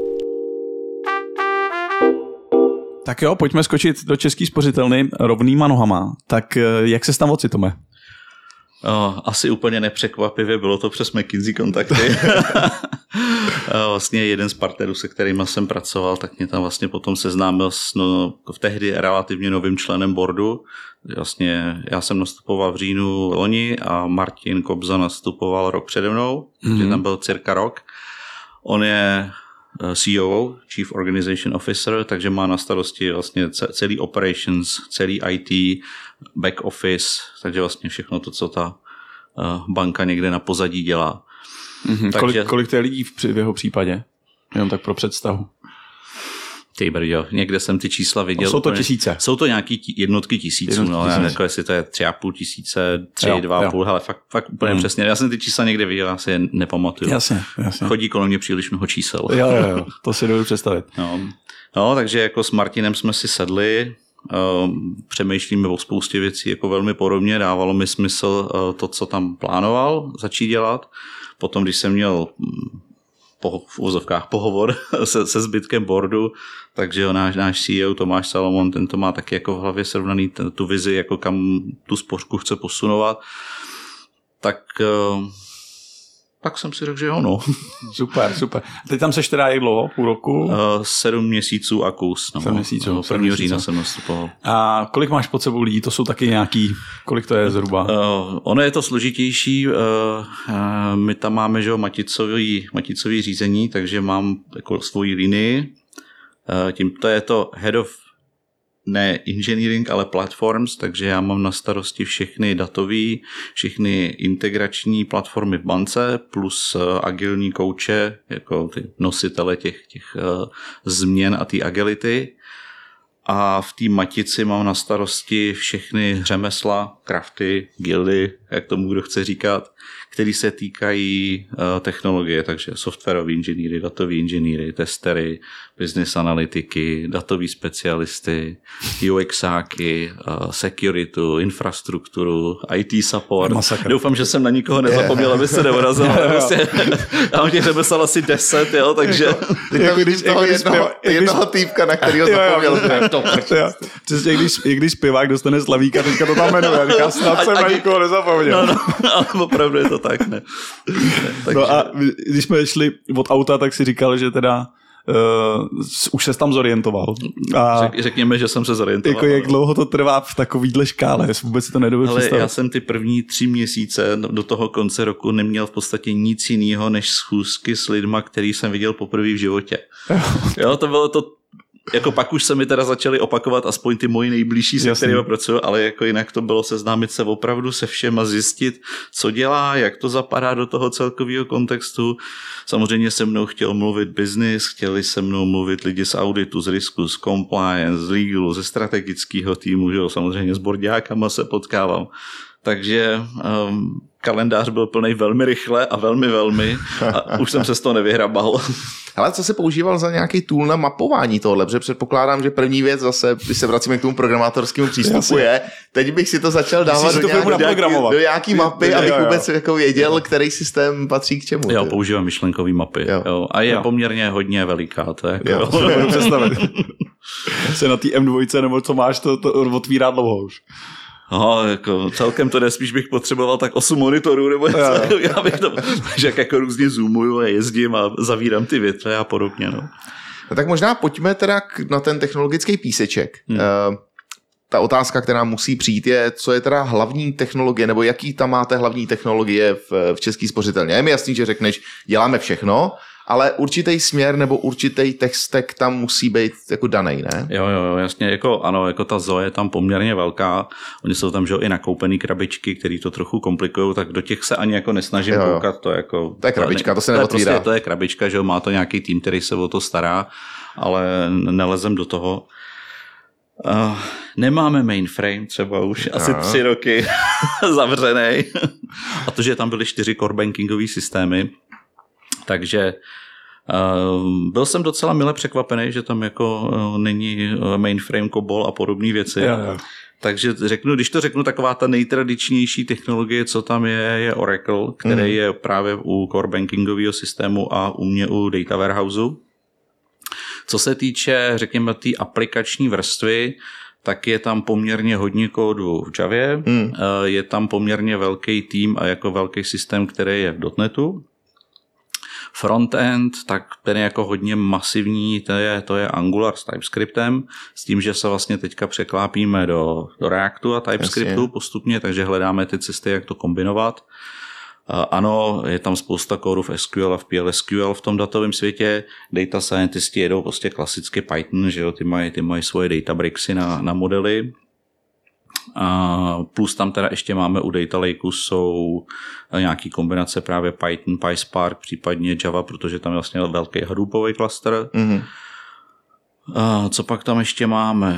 B: Tak jo, pojďme skočit do České spořitelny rovnýma nohama. Tak jak se tam ocitome?
E: Oh, asi úplně nepřekvapivě, bylo to přes McKinsey kontakty. Vlastně jeden z partnerů, se kterými jsem pracoval, tak mě tam vlastně potom seznámil s no, v tehdy relativně novým členem boardu. Vlastně já jsem nastupoval v říjnu loni a Martin Kobza nastupoval rok přede mnou, mm-hmm. že tam byl cirka rok. On je C O O, Chief Organization Officer, takže má na starosti vlastně celý operations, celý I T, back office, takže vlastně všechno to, co ta banka někde na pozadí dělá.
B: Mm-hmm. Takže... Kolik, kolik to je lidí v, v jeho případě? Jenom tak pro představu.
E: Ty brďo, někde jsem ty čísla viděl.
B: Jsou to
E: úplně,
B: tisíce.
E: Jsou to nějaký tí, jednotky tisíců,
B: jednotky
E: no,
B: tisíce.
E: já jako jestli to je tři a půl tisíce, tři,
B: Jo,
E: dva a
B: jo.
E: půl, hele, fakt, fakt úplně
B: Hmm.
E: přesně. Já jsem ty čísla někde viděl, já si je nepamatuju.
B: Jasně, jasně.
E: Chodí kolem mě příliš mnoho čísel.
B: Jo, jo, jo, to si dovedu představit.
E: No. no, takže jako s Martinem jsme si sedli, um, přemýšlíme o spoustě věcí jako velmi podobně, dávalo mi smysl uh, to, co tam plánoval začít dělat. Potom, když jsem měl mm, po, v uvozovkách pohovor se, se zbytkem boardu, takže jo, náš, náš C E O Tomáš Salomon, ten to má taky jako v hlavě srovnaný ten, tu vizi, jako kam tu spořku chce posunovat, tak uh, tak jsem si řekl, že jo, no.
B: Super, super. Teď tam seš teda jak dlouho? Půl roku?
E: Uh, sedm měsíců a kus. No.
B: Sedm měsíců,
E: No,
B: sedm
E: prvního
B: měsíců.
E: října jsem nastupoval.
B: A kolik máš pod sebou lidí? To jsou taky nějaký, kolik to je zhruba?
E: Uh, ono je to složitější. Uh, uh, my tam máme, že jo, maticový, maticový řízení, takže mám jako svoji linii. Uh, tímto je to head of ne engineering, ale platforms, takže já mám na starosti všechny datové, všechny integrační platformy v bance, plus agilní kouče, jako ty nositele těch, těch uh, změn a té agility. A v té matici mám na starosti všechny řemesla, crafty, guildy, jak tomu kdo chce říkat, které se týkají uh, technologie, takže softwaroví inženýry, datoví inženýry, testery, business analytiky, datoví specialisty, UXáky, uh, security, infrastrukturu, I T support.
B: Masakr.
E: Doufám, že jsem na nikoho nezapomněl, aby se neurazil, ale prostě já mám těch řemesel asi deset, jo, takže...
D: Ty tam vidíš toho
B: jako když
D: jednoho,
B: zpěv- jak
D: jednoho týpka, na kterýho
B: Jo, jo,
D: zapomněl.
B: to Jo, přesně, když, jak když zpěvák dostane slavíka, teďka to tam jmenuje, říká, snad jsem na nikoho nezapomněl.
E: No, no, ale opravdu je to tak, ne. Takže,
B: No a když jsme šli od auta, tak si říkal, že teda uh, už ses tam zorientoval. A
E: řek, řekněme, že jsem se zorientoval.
B: jako jak dlouho to trvá v takovýhle škále, vůbec si to nedovedu
E: Ale
B: představit.
E: já jsem ty první tři měsíce do toho konce roku neměl v podstatě nic jiného než schůzky s lidma, který jsem viděl poprvé v životě. Jo, to bylo to, jako pak už se mi teda začaly opakovat aspoň ty moji nejbližší, se
B: Jasný.
E: kterými pracuju, ale jako jinak to bylo seznámit se opravdu se všem a zjistit, co dělá, jak to zapadá do toho celkového kontextu. Samozřejmě se mnou chtěl mluvit business, chtěli se mnou mluvit lidi z auditu, z risku, z compliance, z legalu, ze strategického týmu, že jo, samozřejmě s borďákama se potkávám. Takže um, kalendář byl plný velmi rychle a velmi, velmi a už jsem se z toho nevyhrabal.
D: Ale co se používal za nějaký tool na mapování tohle? Protože předpokládám, že první věc zase, když se vracíme k tomu programátorskému přístupu,
B: Jasně.
D: je, teď bych si to začal dávat
B: si
D: do,
B: to
D: nějaký,
B: firmu
D: do, nějaký,
B: naprogramovat.
D: do nějaký mapy,
B: Jo,
D: abych
B: jo, jo.
D: vůbec jako věděl, který systém patří k čemu.
E: Jo,
D: ty.
E: používám myšlenkové mapy.
D: Jo.
E: Jo. A je
B: Jo.
E: poměrně hodně veliká. To je jako,
D: Jo.
B: To nedovedu představit. Se na té em dva nebo co máš, to, to otvírá dlouho už.
E: Aha, jako celkem to nespíš bych potřeboval tak osm monitorů, nebo něco,
B: Jo.
E: já bych to, takže jak jako různě zoomuju a jezdím a zavírám ty větve a podobně. No.
D: No tak možná pojďme teda k, na ten technologický píseček. Hmm. Uh, ta otázka, která musí přijít, je, co je teda hlavní technologie, nebo jaký tam máte hlavní technologie v, v České spořitelně. Je mi jasný, že řekneš, děláme všechno, ale určitý směr nebo určitý tech stack tam musí být jako danej, ne?
E: Jo, jo, jo, jasně, jako ano, jako ta Zoe je tam poměrně velká, oni jsou tam, že jo, i nakoupený krabičky, který to trochu komplikují, tak do těch se ani jako nesnažím
D: Jo, jo.
E: koukat, to je jako...
D: To je krabička, to se
E: je
D: neotvírá.
E: Prostě, to je krabička, že jo, má to nějaký tým, který se o to stará, ale nelezem do toho. Uh, nemáme mainframe třeba už asi
D: Aha.
E: tři roky zavřený. A to, že tam byly čtyři core bankingové systémy, takže uh, byl jsem docela mile překvapený, že tam jako uh, není mainframe, COBOL a podobné věci.
B: Jo, jo.
E: Takže řeknu, když to řeknu, taková ta nejtradičnější technologie, co tam je, je Oracle, který
D: Mm.
E: je právě u core bankingového systému a u mě u data warehouseu. Co se týče, řekněme, té aplikační vrstvy, tak je tam poměrně hodně kódu v Javě,
D: Hmm.
E: je tam poměrně velký tým a jako velký systém, který je v dotnetu. Frontend, tak ten je jako hodně masivní, to je, to je Angular s TypeScriptem, s tím, že se vlastně teďka překlápíme do, do Reactu a TypeScriptu
D: Jasně.
E: postupně, takže hledáme ty cesty, jak to kombinovat. Ano, je tam spousta kódů v S Q L a v P L S Q L v tom datovém světě. Data scientisti jedou prostě klasicky Python, že jo, ty mají, ty mají svoje databricksy na, na modely. A plus tam teda ještě máme u Data Lakeu jsou nějaký kombinace právě Python, PySpark, případně Java, protože tam je vlastně velký Hadoopový cluster.
D: Mm-hmm.
E: Uh, co pak tam ještě máme?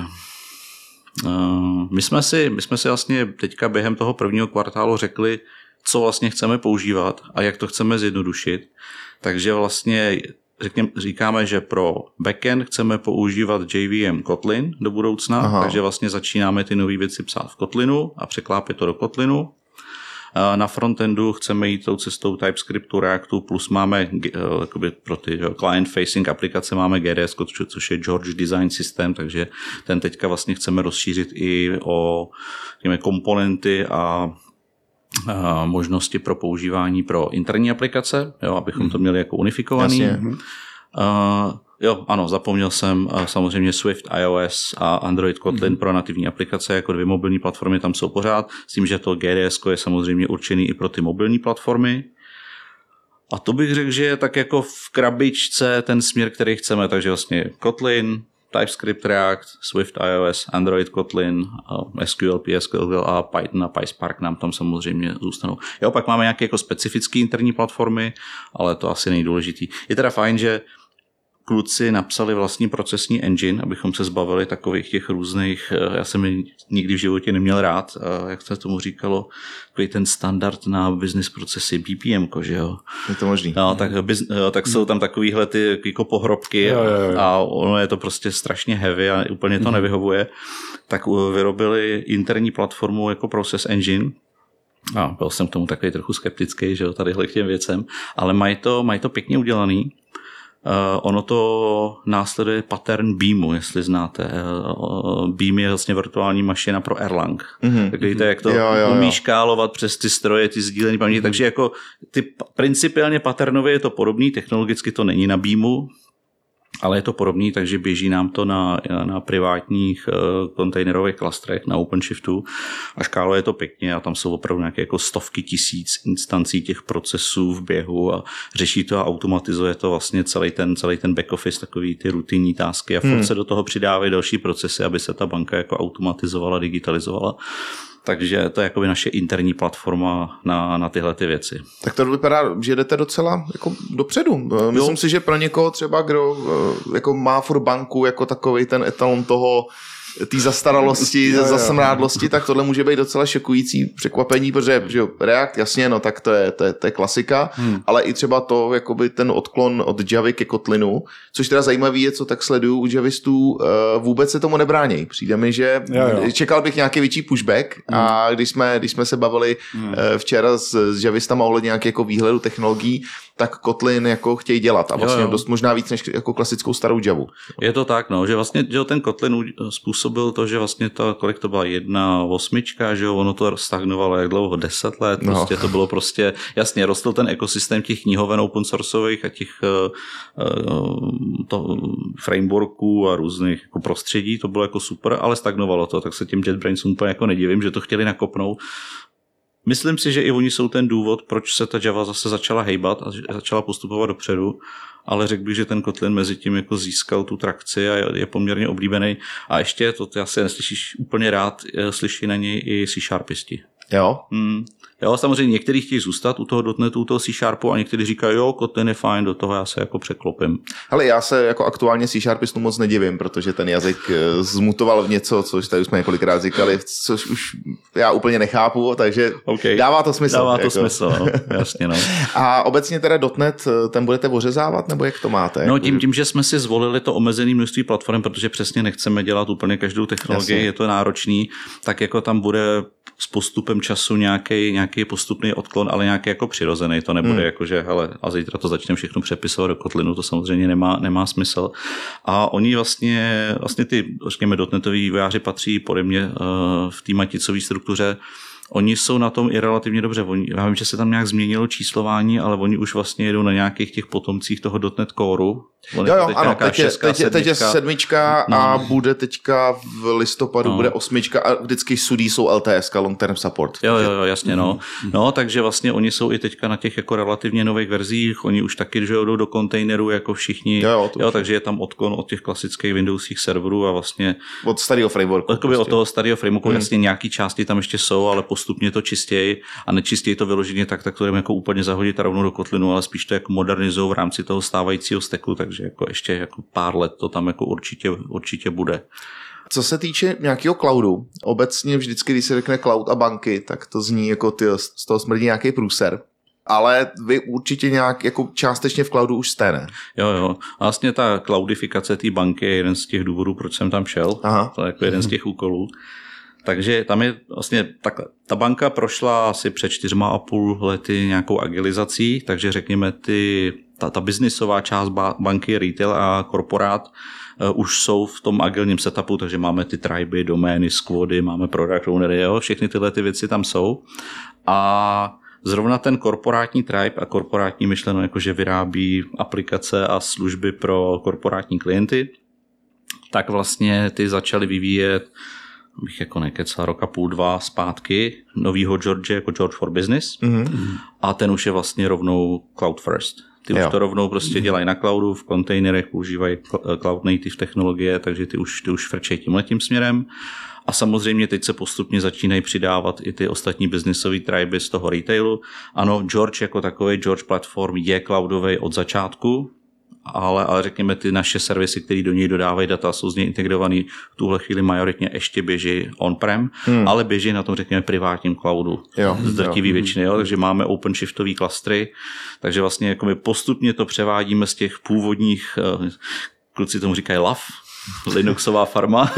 E: Uh, my, jsme si, my jsme si vlastně teďka během toho prvního kvartálu řekli, co vlastně chceme používat a jak to chceme zjednodušit. Takže vlastně řekněme, říkáme, že pro backend chceme používat J V M Kotlin do budoucna, Aha. takže vlastně začínáme ty nové věci psát v Kotlinu a překlápět to do Kotlinu. Na frontendu chceme jít tou cestou TypeScriptu, Reactu, plus máme jakoby pro ty client-facing aplikace máme G D S, což je George Design System, takže ten teďka vlastně chceme rozšířit i o řekněme, komponenty a a možnosti pro používání pro interní aplikace, jo, abychom to měli jako unifikovaný. Uh, jo, ano, zapomněl jsem uh, samozřejmě Swift, iOS a Android Kotlin mm. pro nativní aplikace, jako dvě mobilní platformy tam jsou pořád, s tím, že to G D S je samozřejmě určený i pro ty mobilní platformy. A to bych řekl, že je tak jako v krabičce ten směr, který chceme, takže vlastně Kotlin, TypeScript, React, Swift, iOS, Android, Kotlin, S Q L, P S Q L a Python a PySpark nám tam samozřejmě zůstanou. Jo, pak máme nějaké jako specifické interní platformy, ale to asi nejdůležitý. Je teda fajn, že kluci napsali vlastní procesní engine, abychom se zbavili takových těch různých, já jsem je nikdy v životě neměl rád, jak se tomu říkalo, takový ten standard na business procesy, B P M, že jo.
D: Je to možný.
E: No, tak, tak jsou tam takovýhle ty jako pohrobky jo, jo, jo. a ono je to prostě strašně heavy a úplně to nevyhovuje. Tak vyrobili interní platformu jako process engine, a byl jsem k tomu takový trochu skeptický, že jo, tadyhle k těm věcem, ale mají to, mají to pěkně udělaný. Uh, ono to následuje pattern Beamu, jestli znáte. Uh, Beam je vlastně virtuální mašina pro Erlang. Mm-hmm. Tak víte, jak to jo, jo, umí jo. škálovat přes ty stroje, ty sdílené paměti. Mm-hmm. Takže jako ty principiálně patternově je to podobný, technologicky to není na Beamu, ale je to podobný, takže běží nám to na, na privátních uh, kontejnerových klastrech na OpenShiftu a škáluje to pěkně a tam jsou opravdu nějaké jako stovky tisíc instancí těch procesů v běhu a řeší to a automatizuje to vlastně celý ten, celý ten back office, takový ty rutinní tásky a furt hmm. se do toho přidávají další procesy, aby se ta banka jako automatizovala, digitalizovala. Takže to je jakoby naše interní platforma na, na tyhle ty věci.
D: Tak to vypadá, že jdete docela jako dopředu. Myslím jo. si, že pro někoho třeba, kdo jako má furt banku jako takovej ten etalon toho té zastaralosti, zasmrádlosti, tak tohle může být docela šokující překvapení, protože že jo, React, jasně, no tak to je, to je, to je klasika, hmm. ale i třeba to, jakoby ten odklon od Javy ke Kotlinu, což teda zajímavý je, co tak sleduju u javistů, vůbec se tomu nebrání. Přijde mi, že jo, jo. čekal bych nějaký větší pushback hmm. a když jsme, když jsme se bavili hmm. včera s, s javistama ohledně nějakého jako výhledu technologií, tak Kotlin jako chtějí dělat a vlastně jo, jo. dost možná víc než jako klasickou starou Javu.
E: Je to tak, no, že vlastně že ten Kotlin způsobil to, že vlastně to, kolik to byla jedna osmička, že jo, ono to stagnovalo jak dlouho, deset let, no. prostě to bylo prostě, jasně, rostl ten ekosystém těch knihoven open sourceových a těch uh, to, frameworků a různých jako prostředí, to bylo jako super, ale stagnovalo to, tak se těm JetBrainsům úplně jako nedivím, že to chtěli nakopnout. Myslím si, že i oni jsou ten důvod, proč se ta Java zase začala hejbat a začala postupovat dopředu, ale řekl bych, že ten Kotlin mezi tím jako získal tu trakci a je poměrně oblíbený. A ještě, to ty asi neslyšíš úplně rád, slyší na něj i C-sharpisti.
D: Jo?
E: Hmm. Jo, samozřejmě někteří chtějí zůstat u toho dotnetu, u toho C-Sharpu a někteří říkají, jo, Kotlin je fajn, do toho já se jako překlopím.
D: Ale já se jako aktuálně C-Sharpistu moc nedivím, protože ten jazyk zmutoval v něco, což tady jsme několikrát říkali, což už já úplně nechápu, takže okay. dává to smysl.
E: Dává to
D: jako.
E: smysl, no. Jasně, no.
D: A obecně teda dotnet, ten budete ořezávat, nebo jak to máte?
E: No tím, tím, že jsme si zvolili to omezené množství platform, protože přesně nechceme dělat úplně každou technologii, Jasně. je to náročný, tak jako tam bude s postupem času nějaký, nějaký postupný odklon, ale nějaký jako přirozený. To nebude hmm. jako, že hele, a zítra to začneme všechno přepisovat do Kotlinu, to samozřejmě nemá, nemá smysl. A oni vlastně, vlastně ty, řekněme, dotnetoví vývojáři patří pode mě uh, v té maticové struktuře. Oni jsou na tom i relativně dobře. Oni, já vím, že se tam nějak změnilo číslování, ale oni už vlastně jedou na nějakých těch potomcích toho .NET Coreu.
D: Jo, jo, ano, teď je, teď, je, teď je sedmička no. a bude teďka v listopadu, no. bude osmička a vždycky sudí jsou L T S, long term support.
E: Jo, jo, jo, jasně, mm-hmm. no. No, takže vlastně oni jsou i teďka na těch jako relativně nových verzích, oni už taky že jdou do kontejnerů jako všichni, jo, jo, jo takže je tam odklon od těch klasických Windowsích serverů a vlastně
D: od starého frameworku.
E: Prostě. Od toho starého frameworku, mm. jasně nějaký části tam ještě jsou, ale postupně to čistěji a nečistěji to vyloženě tak, tak to jdeme jako úplně zahodit a rovnou do kotlinu, ale spíš to jako modernizují v rámci toho stávajícího stacku, takže jako ještě jako pár let to tam jako určitě, určitě bude.
D: Co se týče nějakého cloudu, obecně vždycky, když se řekne cloud a banky, tak to zní jako ty, z toho smrdí nějaký průser. Ale vy určitě nějak jako částečně v cloudu už jste, ne?
E: Jo, jo. Vlastně ta cloudifikace té banky je jeden z těch důvodů, proč jsem tam šel. Aha. To je jako jeden z těch úkolů. Takže tam je vlastně takhle. Ta banka prošla asi před čtyřma a půl lety nějakou agilizací, takže řekněme ty, ta, ta biznisová část banky, retail a korporát uh, už jsou v tom agilním setupu, takže máme ty triby, domény, squady, máme product ownery, jo, všechny tyhle ty věci tam jsou. A zrovna ten korporátní tribe a korporátní myšleno, jakože vyrábí aplikace a služby pro korporátní klienty, tak vlastně ty začaly vyvíjet, bych jako nekecal, roka půl, dva zpátky, novýho George jako George for Business mm-hmm. a ten už je vlastně rovnou cloud first. Ty jo. už to rovnou prostě dělají na cloudu, v kontejnerech používají cloud native technologie, takže ty už, ty už frčejí tímhletím směrem. A samozřejmě teď se postupně začínají přidávat i ty ostatní businessové triby z toho retailu. Ano, George jako takový, George Platform je cloudový od začátku, ale, ale řekněme ty naše servisy, které do něj dodávají data, jsou z něj integrovaný, v tuhle chvíli majoritně ještě běží on-prem, hmm. ale běží na tom, řekněme, privátním cloudu. Jo, z drtivý většiny, jo, takže máme OpenShiftový klastry, takže vlastně jako my postupně to převádíme z těch původních, kluci tomu říkají lav, Linuxová farma.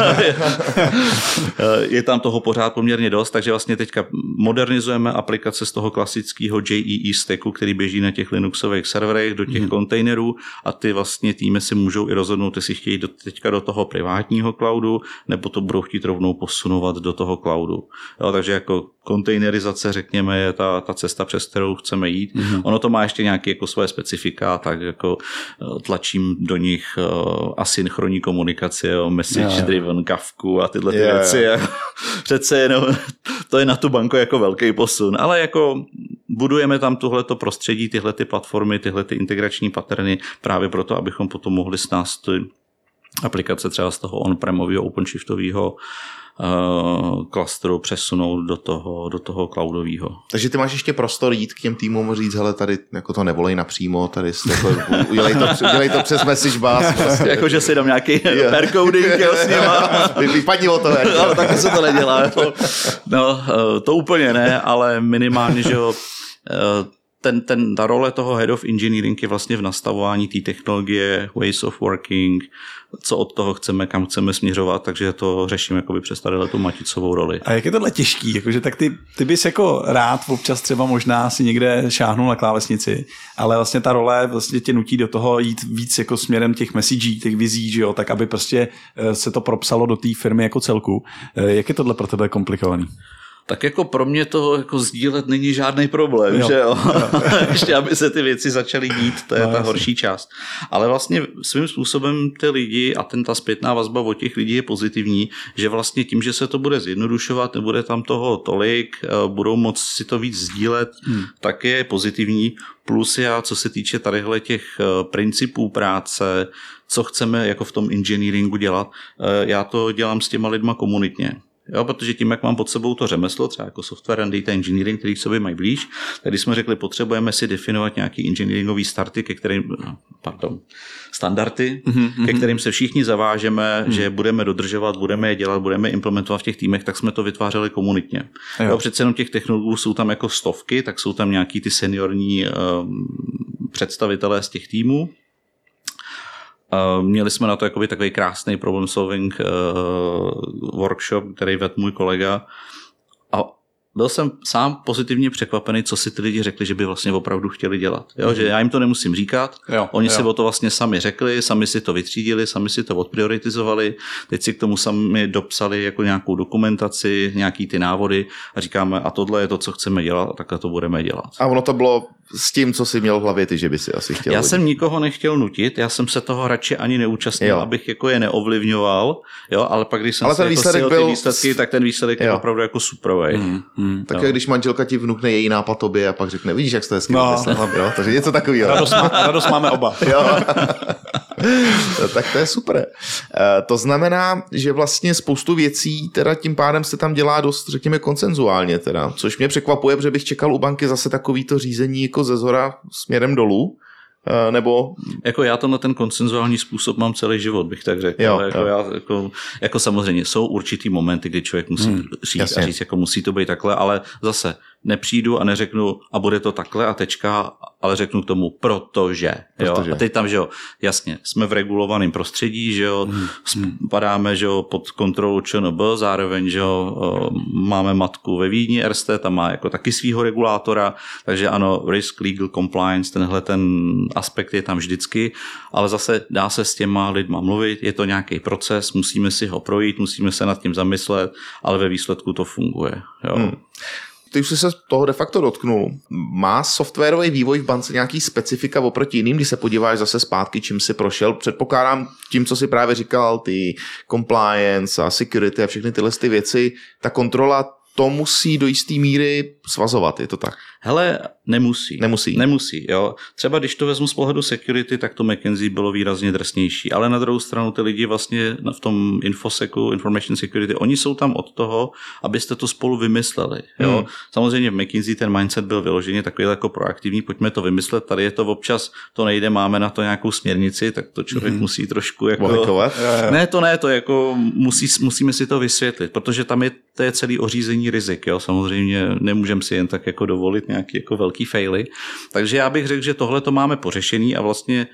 E: Je tam toho pořád poměrně dost, takže vlastně teďka modernizujeme aplikace z toho klasického J E E stacku, který běží na těch Linuxových serverech do těch hmm. kontejnerů a ty vlastně týmy si můžou i rozhodnout, jestli chtějí do, teďka do toho privátního cloudu, nebo to budou chtít rovnou posunovat do toho cloudu. Jo, takže jako kontejnerizace, řekněme, je ta, ta cesta, přes kterou chceme jít. Mm-hmm. Ono to má ještě nějaké jako svoje specifika, tak jako tlačím do nich uh, asynchronní komunikaci, jo, message driven, Kafku a tyhle ty yeah. věci. Přece jenom to je na tu banku jako velký posun, ale jako budujeme tam tuhleto prostředí, tyhle ty platformy, tyhle ty integrační paterny právě proto, abychom potom mohli s nás ty aplikace třeba z toho on-premového OpenShiftového Uh, klastru přesunout do toho, do toho cloudového.
D: Takže ty máš ještě prostor jít k těm týmům říct, hele, tady jako to nevolej napřímo, tady jako, udělej, to, udělej to přes message bus. Prostě.
E: Jakože si dám nějaký yeah. pair coding s nima.
D: Vypadni o to.
E: Ale taky se to nedělá. No, to úplně ne, ale minimálně, že jo, ten, ten, ta role toho head of engineering je vlastně v nastavování té technologie, ways of working, co od toho chceme, kam chceme směřovat, takže to řeším jakoby přes tady tu maticovou roli.
B: A jak je tohle těžký? Jakože, tak ty, ty bys jako rád občas třeba možná si někde šáhnul na klávesnici, ale vlastně ta role vlastně tě nutí do toho jít víc jako směrem těch messagí, těch vizí, že jo, tak aby prostě se to propsalo do té firmy jako celku. Jak je tohle pro tebe komplikovaný?
E: Tak jako pro mě to jako sdílet není žádný problém, jo. že jo? jo. Ještě aby se ty věci začaly dít, to je no, ta jasný. horší část. Ale vlastně svým způsobem ty lidi a ten ta zpětná vazba od těch lidí je pozitivní, že vlastně tím, že se to bude zjednodušovat, nebude tam toho tolik, budou moct si to víc sdílet, hmm. tak je pozitivní. Plus já, co se týče tadyhle těch principů práce, co chceme jako v tom engineeringu dělat, já to dělám s těma lidma komunitně. Jo, protože tím, jak mám pod sebou to řemeslo, třeba jako software and data engineering, který k sobě mají blíž, tady jsme řekli, potřebujeme si definovat nějaký engineeringový starty, ke kterým, pardon, standardy, mm-hmm. ke kterým se všichni zavážeme, mm. že budeme dodržovat, budeme je dělat, budeme implementovat v těch týmech, tak jsme to vytvářeli komunitně. Jo. Jo, přece jenom těch technologů jsou tam jako stovky, tak jsou tam nějaký ty seniorní um, představitelé z těch týmů. Uh, měli jsme na to jakoby takový krásný problem solving uh, workshop, který vedl můj kolega a byl jsem sám pozitivně překvapený, co si ty lidi řekli, že by vlastně opravdu chtěli dělat. Jo? Mm. Že já jim to nemusím říkat, jo, oni jo. si o to vlastně sami řekli, sami si to vytřídili, sami si to odprioritizovali, teď si k tomu sami dopsali jako nějakou dokumentaci, nějaký ty návody a říkáme, a tohle je to, co chceme dělat a takhle to budeme dělat.
D: A ono to bylo s tím, co jsi měl v hlavě ty, že by si asi chtěl.
E: Já
D: hodit.
E: jsem nikoho nechtěl nutit, já jsem se toho radši ani neúčastnil, jo. abych jako je neovlivňoval, jo, ale pak když jsem
D: ale
E: si jako
D: byl...
E: ty výsledky, tak ten výsledek jo. je opravdu jako superovej. Mm,
D: mm, tak jak když manželka ti vnukne její nápad tobě a pak řekne, vidíš, jak jste hezky no, no. jo, takže něco takového.
B: Radost, má, radost máme oba. Jo.
D: Tak to je super. To znamená, že vlastně spoustu věcí teda tím pádem se tam dělá dost, řekněme, konsenzuálně teda, což mě překvapuje, protože bych čekal u banky zase takovýto řízení jako ze zhora směrem dolů. Nebo...
E: Jako já to na ten konsenzuální způsob mám celý život, bych tak řekl. Jo, jako,
D: jo.
E: Já, jako, jako samozřejmě jsou určitý momenty, kdy člověk musí hmm, říct jasně. a říct, jako musí to být takhle, ale zase nepřijdu a neřeknu a bude to takhle a tečka, ale řeknu k tomu protože. protože. Jo? A teď tam, že jo, jasně, jsme v regulovaném prostředí, že jo, hmm. padáme, že jo, pod kontrolu ČNB, zároveň, že jo, máme matku ve Vídni, Erste, tam má jako taky svýho regulátora, takže ano, risk, legal, compliance, tenhle ten aspekt je tam vždycky, ale zase dá se s těma lidma mluvit, je to nějaký proces, musíme si ho projít, musíme se nad tím zamyslet, ale ve výsledku to funguje. Jo. Hmm.
D: Ty už jsi se toho de facto dotknul. Má softwarový vývoj v bance nějaký specifika oproti jiným, když se podíváš zase zpátky, čím jsi prošel? Předpokládám tím, co jsi právě říkal, ty compliance a security a všechny tyhle ty věci, ta kontrola to musí do jisté míry svazovat, je to tak?
E: Hele, nemusí.
D: Nemusí.
E: Nemusí, jo. Třeba když to vezmu z pohledu security, tak to McKinsey bylo výrazně drsnější, ale na druhou stranu ty lidi vlastně v tom infosecu, information security, oni jsou tam od toho, abyste to spolu vymysleli, jo. Hmm. Samozřejmě v McKinsey ten mindset byl vyloženě takový jako proaktivní, pojďme to vymyslet, tady je to občas, to nejde, máme na to nějakou směrnici, tak to člověk hmm. musí trošku jako...
D: Mohlikovat?
E: Ne, to ne, to jako musí, musíme si to vysvětlit, protože tam je, to je celý ořízení rizik, jo. Samozřejmě nemůžeme si jen tak jako dovolit nějaký jako velký faily. Takže já bych řekl, že tohle to máme pořešený a vlastně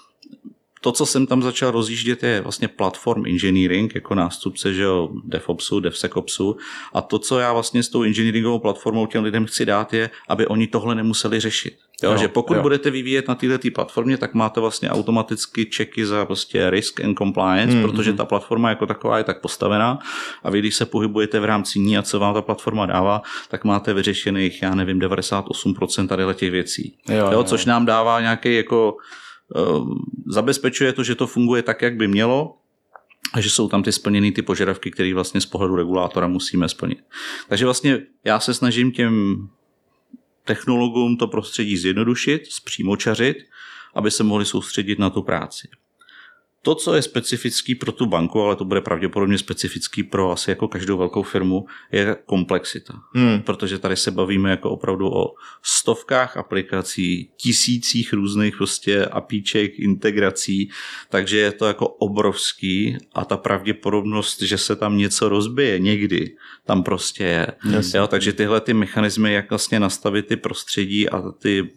E: to, co jsem tam začal rozjíždět, je vlastně platform engineering jako nástupce, že jo, DevOpsu, DevSecOpsu a to, co já vlastně s tou engineeringovou platformou těm lidem chci dát, je, aby oni tohle nemuseli řešit. Jo, jo, že pokud jo. budete vyvíjet na této platformě, tak máte vlastně automaticky checky za prostě risk and compliance, mm, protože ta platforma jako taková je tak postavená a vy, když se pohybujete v rámci ní a co vám ta platforma dává, tak máte vyřešených, já nevím, devadesát osm procent tady těch věcí. Jo, jo, jo. Což nám dává nějaký jako uh, zabezpečuje to, že to funguje tak, jak by mělo, a že jsou tam ty splněné ty požadavky, které vlastně z pohledu regulátora musíme splnit. Takže vlastně já se snažím těm technologům to prostředí zjednodušit, zpřímočařit, aby se mohli soustředit na tu práci. To, co je specifický pro tu banku, ale to bude pravděpodobně specifický pro asi jako každou velkou firmu, je komplexita. Hmm. Protože tady se bavíme jako opravdu o stovkách aplikací, tisících různých prostě apíček, integrací, takže je to jako obrovský a ta pravděpodobnost, že se tam něco rozbije někdy, tam prostě je. Yes. Jo, takže tyhle ty mechanismy, jak vlastně nastavit ty prostředí a ty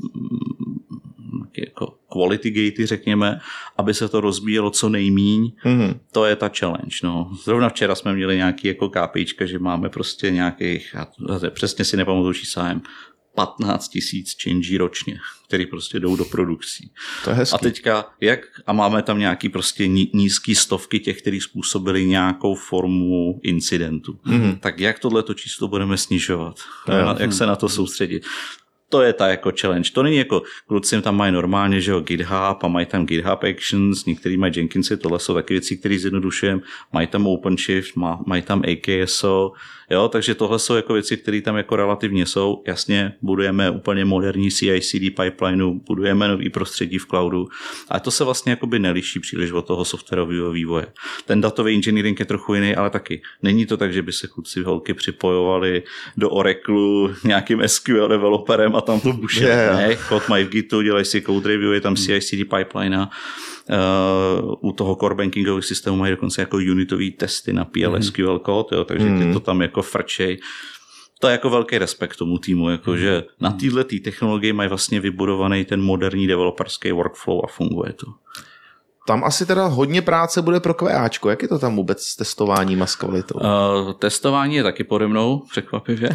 E: jako quality gatey, řekněme, aby se to rozbíjelo co nejmíň, mm-hmm. to je ta challenge. No. Zrovna včera jsme měli nějaký jako KPIčka, že máme prostě nějakých, já přesně si nepamatuju číslem, patnáct tisíc change ročně, který prostě jdou do produkcí.
D: To je hezký.
E: A teďka, jak, a máme tam nějaký prostě nízký stovky těch, který způsobili nějakou formu incidentu. Mm-hmm. Tak jak tohleto číslo budeme snižovat? No, jak se na to soustředit? To je ta jako challenge. To není jako, kluci tam mají normálně, že jo, GitHub a mají tam GitHub Actions, některý mají Jenkinsy, tohle jsou taky věci, které zjednodušujeme, mají tam OpenShift, mají tam A K S O, jo, takže tohle jsou jako věci, které tam jako relativně jsou. Jasně, budujeme úplně moderní C I C D pipelineu, budujeme nový prostředí v cloudu, ale to se vlastně jakoby neliší příliš od toho softwarového vývoje. Ten datový engineering je trochu jiný, ale taky není to tak, že by se kluci holky připojovali do Oraclu nějakým S Q L developerem a tam to buše. Yeah. Ne, kód mají v Gitu, dělají si code review, je tam C I C D pipeline a uh, u toho core bankingového systému mají dokonce jako unitový testy na P L S Q L kód, jo, takže mm. ty to tam jako frčej. To je jako velký respekt tomu týmu, jako mm. že na této technologii mají vlastně vybudovaný ten moderní developerský workflow a funguje to.
D: Tam asi teda hodně práce bude pro QAčko. Jak je to tam vůbec s testováním a s kvalitou?
E: Uh, testování je taky pode mnou, překvapivě.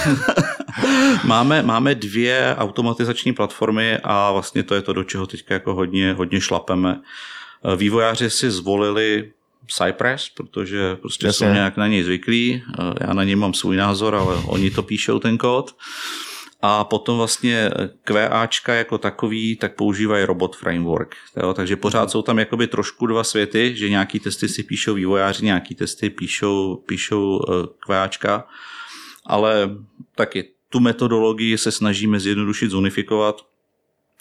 E: máme, máme dvě automatizační platformy a vlastně to je to, do čeho teďka jako hodně, hodně šlapeme. Uh, vývojáři si zvolili Cypress, protože prostě Jasně. jsou nějak na něj zvyklí. Uh, já na něj mám svůj názor, ale oni to píšou ten kód. A potom vlastně QAčka jako takový, tak používají Robot Framework. Jo? Takže pořád jsou tam jakoby trošku dva světy, že nějaký testy si píšou vývojáři, nějaký testy píšou, píšou QAčka, ale taky tu metodologii se snažíme zjednodušit, zunifikovat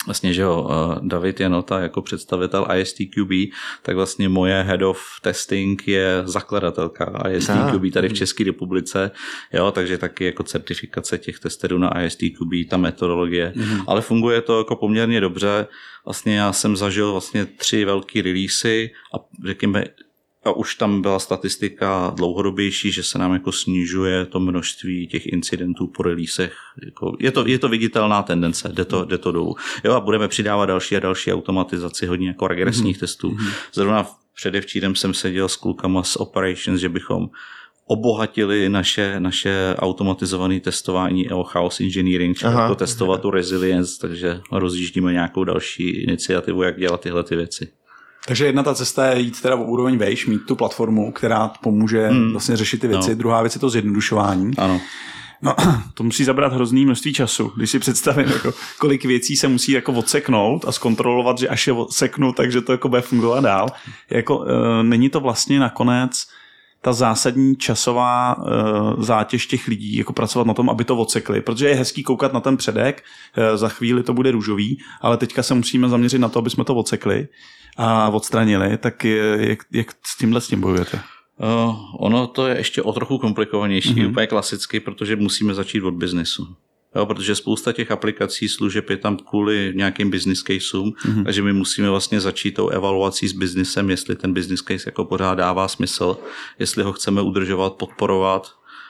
E: vlastně, že jo, David Janota jako představitel I S T Q B, tak vlastně moje head of testing je zakladatelka I S T Q B tady v České republice, jo, takže taky jako certifikace těch testerů na I S T Q B, ta metodologie, mm-hmm. ale funguje to jako poměrně dobře. Vlastně já jsem zažil vlastně tři velký releasy a řekněme, a už tam byla statistika dlouhodobější, že se nám jako snižuje to množství těch incidentů po releasech. Jako je, to, je to viditelná tendence, jde to, jde to dolů. Jo, a budeme přidávat další a další automatizaci, hodně jako regresních mm-hmm. testů. Zrovna předevčírem jsem seděl s klukama z Operations, že bychom obohatili naše, naše automatizované testování o chaos engineering, či jako testovat tu resilience, takže rozjíždíme nějakou další iniciativu, jak dělat tyhle ty věci.
B: Takže jedna ta cesta je jít teda o úroveň vejš, mít tu platformu, která pomůže hmm. vlastně řešit ty věci. No. Druhá věc je to zjednodušování.
E: Ano.
B: No, to musí zabrat hrozný množství času, když si představím, jako, kolik věcí se musí jako odseknout a zkontrolovat, že až je odseknu, takže to jako bude fungovat dál. Jako, e, není to vlastně nakonec ta zásadní časová e, zátěž těch lidí, jako pracovat na tom, aby to odsekli, protože je hezký koukat na ten předek, e, za chvíli to bude růžový, ale teďka se musíme zaměřit na to, aby jsme to odsekli a odstranili, tak jak, jak s tímhle s tím bojujete?
E: Uh, ono to je ještě o trochu komplikovanější, mm-hmm. úplně klasicky, protože musíme začít od biznesu. Jo, protože spousta těch aplikací, služeb je tam kvůli nějakým business caseům, mm-hmm. takže my musíme vlastně začít tou evaluací s biznesem, jestli ten business case jako pořád dává smysl, jestli ho chceme udržovat, podporovat.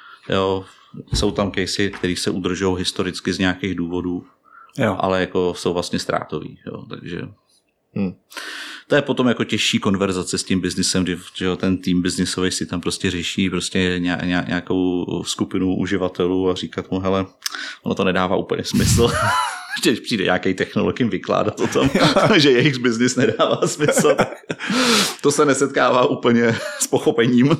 E: Jo, jsou tam casey, které se udržují historicky z nějakých důvodů, jo. ale jako jsou vlastně ztrátový. Jo, takže... Hmm. To je potom jako těžší konverzace s tím biznisem, kdy že ten tým biznisový si tam prostě řeší prostě nějakou skupinu uživatelů a říkat mu, hele, ono to nedává úplně smysl. Když přijde nějaký technolog jim vykládat o tom, že jejich biznis nedává smysl. To se nesetkává úplně s pochopením.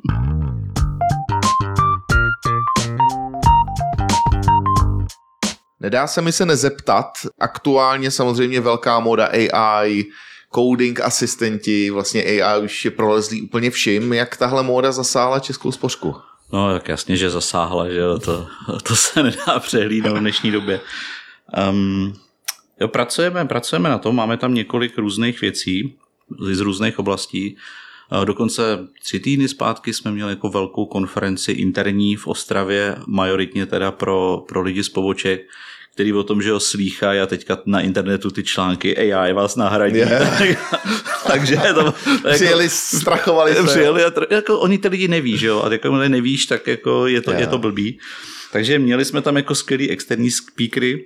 D: Nedá se mi se nezeptat, aktuálně samozřejmě velká móda A I, coding asistenti, vlastně A I už je prolezlý úplně všim. Jak tahle móda zasáhla českou spořku?
E: No tak jasně, že zasáhla, že to, to se nedá přehlídnout v dnešní době. Um, jo, pracujeme, pracujeme na tom, máme tam několik různých věcí z různých oblastí. Dokonce tři týdny zpátky jsme měli jako velkou konferenci interní v Ostravě, majoritně teda pro, pro lidi z poboček, který o tom, že ho slýchají a teďka na internetu ty články A I vás nahradí. Yeah. Takže to...
D: Přijeli, jako, strachovali se.
E: Přijeli a jako, oni ty lidi neví, že jo? A jako nevíš, tak jako je to, yeah. je to blbý. Takže měli jsme tam jako skvělý externí speakery,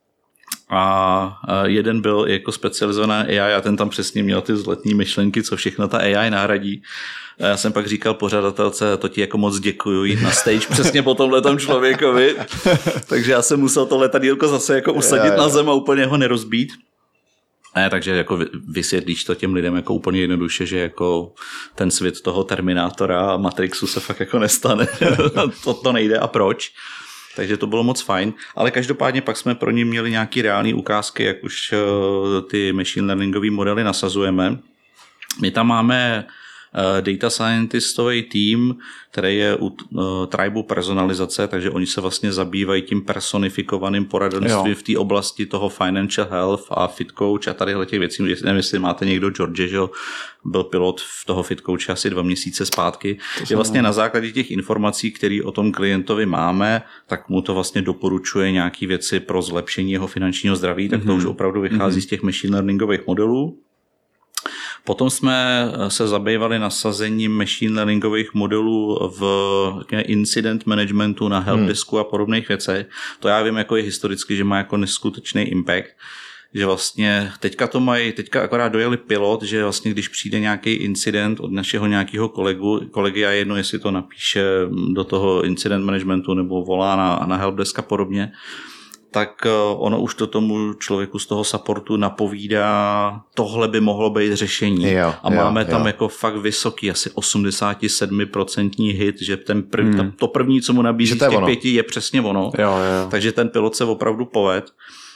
E: a jeden byl jako specializovaný A I a ten tam přesně měl ty vzletní myšlenky, co všechno ta A I nahradí. A já jsem pak říkal pořadatelce, to ti jako moc děkuju, jít na stage přesně po tomhletom člověkovi. Takže já jsem musel to letadýlko zase jako usadit já, já. na zem a úplně ho nerozbít. Ne, takže jako vysvětlíš to těm lidem jako úplně jednoduše, že jako ten svět toho Terminátora a Matrixu se fakt jako nestane. to, to nejde a proč. Takže to bylo moc fajn, ale každopádně pak jsme pro ně měli nějaké reální ukázky, jak už ty machine learningové modely nasazujeme. My tam máme data scientistový tým, který je u Tribu personalizace, takže oni se vlastně zabývají tím personifikovaným poradenstvím v té oblasti toho financial health a fit coach a tadyhle těch věcí. Nevím, jestli máte někdo George, že byl pilot v toho fit coache asi dva měsíce zpátky. Je vlastně na základě těch informací, které o tom klientovi máme, tak mu to vlastně doporučuje nějaké věci pro zlepšení jeho finančního zdraví, tak to mm-hmm. už opravdu vychází mm-hmm. z těch machine learningových modelů. Potom jsme se zabývali nasazením machine learningových modelů v incident managementu na helpdesku a podobných věcech. To já vím, jako je historicky, že má jako neskutečný impact, že vlastně teďka to mají, teďka akorát dojeli pilot, že vlastně když přijde nějaký incident od našeho nějakého kolegu, kolegy a jedno, jestli to napíše do toho incident managementu nebo volá na, na helpdesk a podobně, tak ono už to tomu člověku z toho supportu napovídá, tohle by mohlo být řešení. Jo, a máme jo, tam jo. jako fakt vysoký, asi osmdesát sedm procent hit, že ten prv, hmm. to první, co mu nabízí z těch ono. pěti, je přesně ono.
B: Jo, jo.
E: Takže ten pilot se opravdu poved.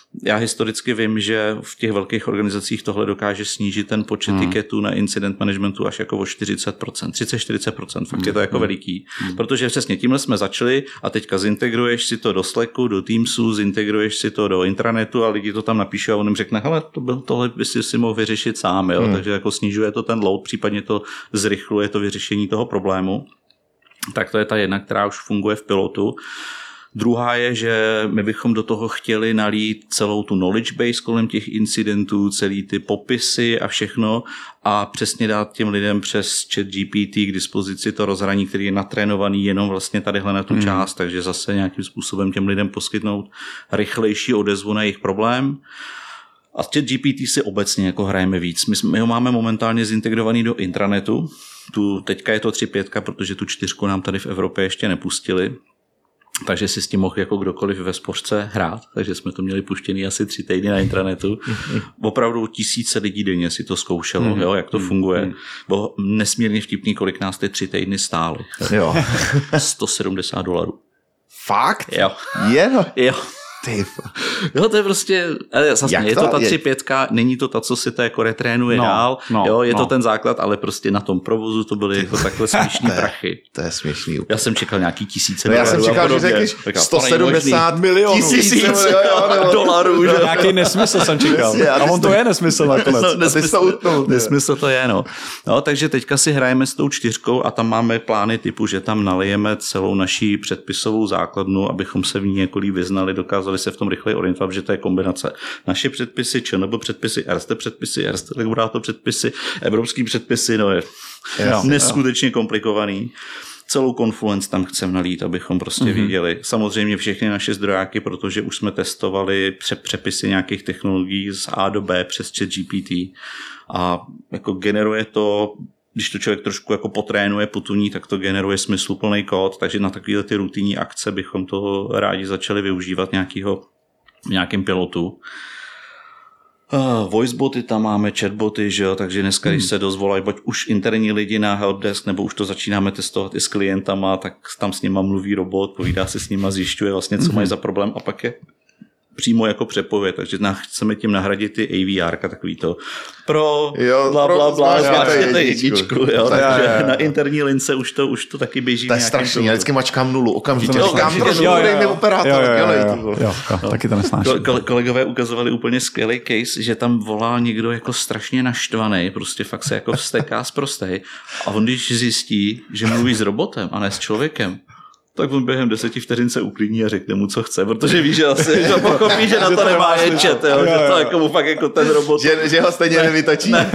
E: Já historicky vím, že v těch velkých organizacích tohle dokáže snížit ten počet hmm. tiketů na incident managementu až jako o čtyřicet procent, třicet až čtyřicet procent, fakt hmm. je to jako veliký. Hmm. Protože přesně tímhle jsme začali a teďka zintegruješ si to do Slacku, do Teamsu, zintegruješ si to do intranetu a lidi to tam napíšou a on jim řekne, hele, to byl, tohle by si, si mohl vyřešit sám, jo? Hmm. Takže jako snižuje to ten load, případně to zrychluje to vyřešení toho problému. Tak to je ta jedna, která už funguje v pilotu. Druhá je, že my bychom do toho chtěli nalít celou tu knowledge base kolem těch incidentů, celý ty popisy a všechno a přesně dát těm lidem přes ChatGPT k dispozici to rozhraní, který je natrénovaný jenom vlastně tadyhle na tu hmm. část, takže zase nějakým způsobem těm lidem poskytnout rychlejší odezvu na jejich problém. A ChatGPT si obecně jako hrajeme víc. My, jsme, my ho máme momentálně zintegrovaný do intranetu. Tu, teďka je to tři pět, protože tu čtyřku nám tady v Evropě ještě nepustili. Takže si s tím mohl jako kdokoliv ve spořce hrát, takže jsme to měli puštěný asi tři týdny na intranetu. Opravdu tisíce lidí denně si to zkoušelo, mm-hmm. jo, jak to funguje. Mm-hmm. Bylo nesmírně vtipný, kolik nás ty tři týdny stály.
D: Jo.
E: sto sedmdesát dolarů.
D: Fakt?
E: Jo.
D: Je no.
E: Jo.
D: Ty.
E: Jo, to je prostě, zase, je to ta tři pět, není to ta, co si to jako retrénuje
B: no,
E: dál,
B: no,
E: jo, je
B: no.
E: to ten základ, ale prostě na tom provozu to byly jako takhle směšný prachy.
D: To je směšný.
E: Já jsem čekal nějaký tisíce
D: no,
E: dolarů.
D: Já jsem čekal, že řekneš sto sedmdesát milionů.
E: Tisíc dolarů.
B: No, nějaký nesmysl jsem čekal. A on to je nesmysl nakonec.
E: No, nesmysl, nesmysl to je, no. no. Takže teďka si hrajeme s tou čtyřkou a tam máme plány typu, že tam nalijeme celou naší předpisovou základnu, abychom se v ní jako líp vyznali, dokázali se v tom rychleji orientovat, že to je kombinace naše předpisy, ČNB předpisy, R S T předpisy, R S T regulátor předpisy, evropský předpisy, no je jo, neskutečně jo. komplikovaný. Celou Confluence tam chceme nalít, abychom prostě mm-hmm. viděli. Samozřejmě všechny naše zdrojáky, protože už jsme testovali přepisy nějakých technologií z A do B přes ChatGPT a jako generuje to, když to člověk trošku jako potrénuje, potuní, tak to generuje smysluplný kód, takže na takovéhle ty rutinní akce bychom toho rádi začali využívat nějakýho, v nějakém pilotu. Uh, voiceboty tam máme, chatboty, že jo, takže dneska, když hmm. se dozvolají, buď už interní lidi na helpdesk, nebo už to začínáme testovat i s klientama, tak tam s nima mluví robot, povídá si s nima, zjišťuje vlastně, co hmm. mají za problém a pak je přímo jako přepověď, takže chceme tím nahradit ty A V R, takový to pro
D: jo,
E: bla, bla, bla, zmáčkněte jedničku, jo,
D: tak,
E: takže
D: já, já.
E: na interní lince už to, už to taky běží.
D: To je strašný, já vždycky mačkám nulu, okamžitě
E: jo,
D: říkám, prosím, dej mi operátor,
B: jo, jo,
D: dělej
B: jo, jo, jo, jo, taky to nesnáším.
E: Ko, kolegové ukazovali úplně skvělý case, že tam volá někdo jako strašně naštvaný, prostě fakt se jako vzteká z prostej a on když zjistí, že mluví s robotem a ne s člověkem, tak on během deseti vteřin se uklidní a řekne mu, co chce, protože ví, že asi že pochopí, že na to nemá jen chat, jo, že to jako mu fakt jako ten robot...
D: Že, že ho stejně ne, nevytočí. Ne.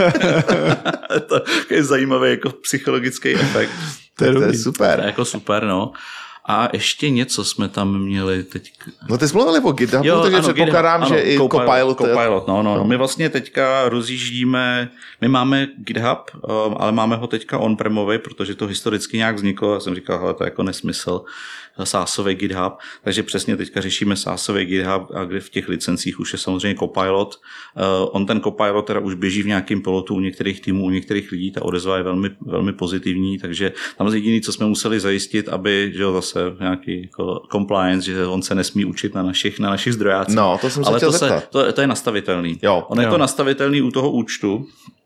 E: To je zajímavý jako psychologický efekt.
D: To je, to je super.
E: To je jako super, no. A ještě něco jsme tam měli teď.
D: No ty jsi mluvili o GitHubu, jo, takže předpokládám, že i
E: Copilot.
D: Copilot.
E: Copilot, no, no, no. My vlastně teďka rozjíždíme, my máme GitHub, ale máme ho teďka on-premový, protože to historicky nějak vzniklo. Já jsem říkal, hele, to je jako nesmysl. SaaSový GitHub, takže přesně teďka řešíme SaaSový GitHub a kde v těch licencích už je samozřejmě Copilot. Uh, on ten Copilot teda už běží v nějakém pilotu u některých týmů, u některých lidí, ta odezva je velmi, velmi pozitivní, takže tam jediné, co jsme museli zajistit, aby, že jo, zase nějaký jako compliance, že on se nesmí učit na našich, na našich zdrojácích.
D: No, to jsem se
E: ale
D: chtěl
E: to,
D: zeptat.
E: se, to, to je nastavitelný.
D: Jo,
E: on je
B: jo.
E: to nastavitelný u toho účtu,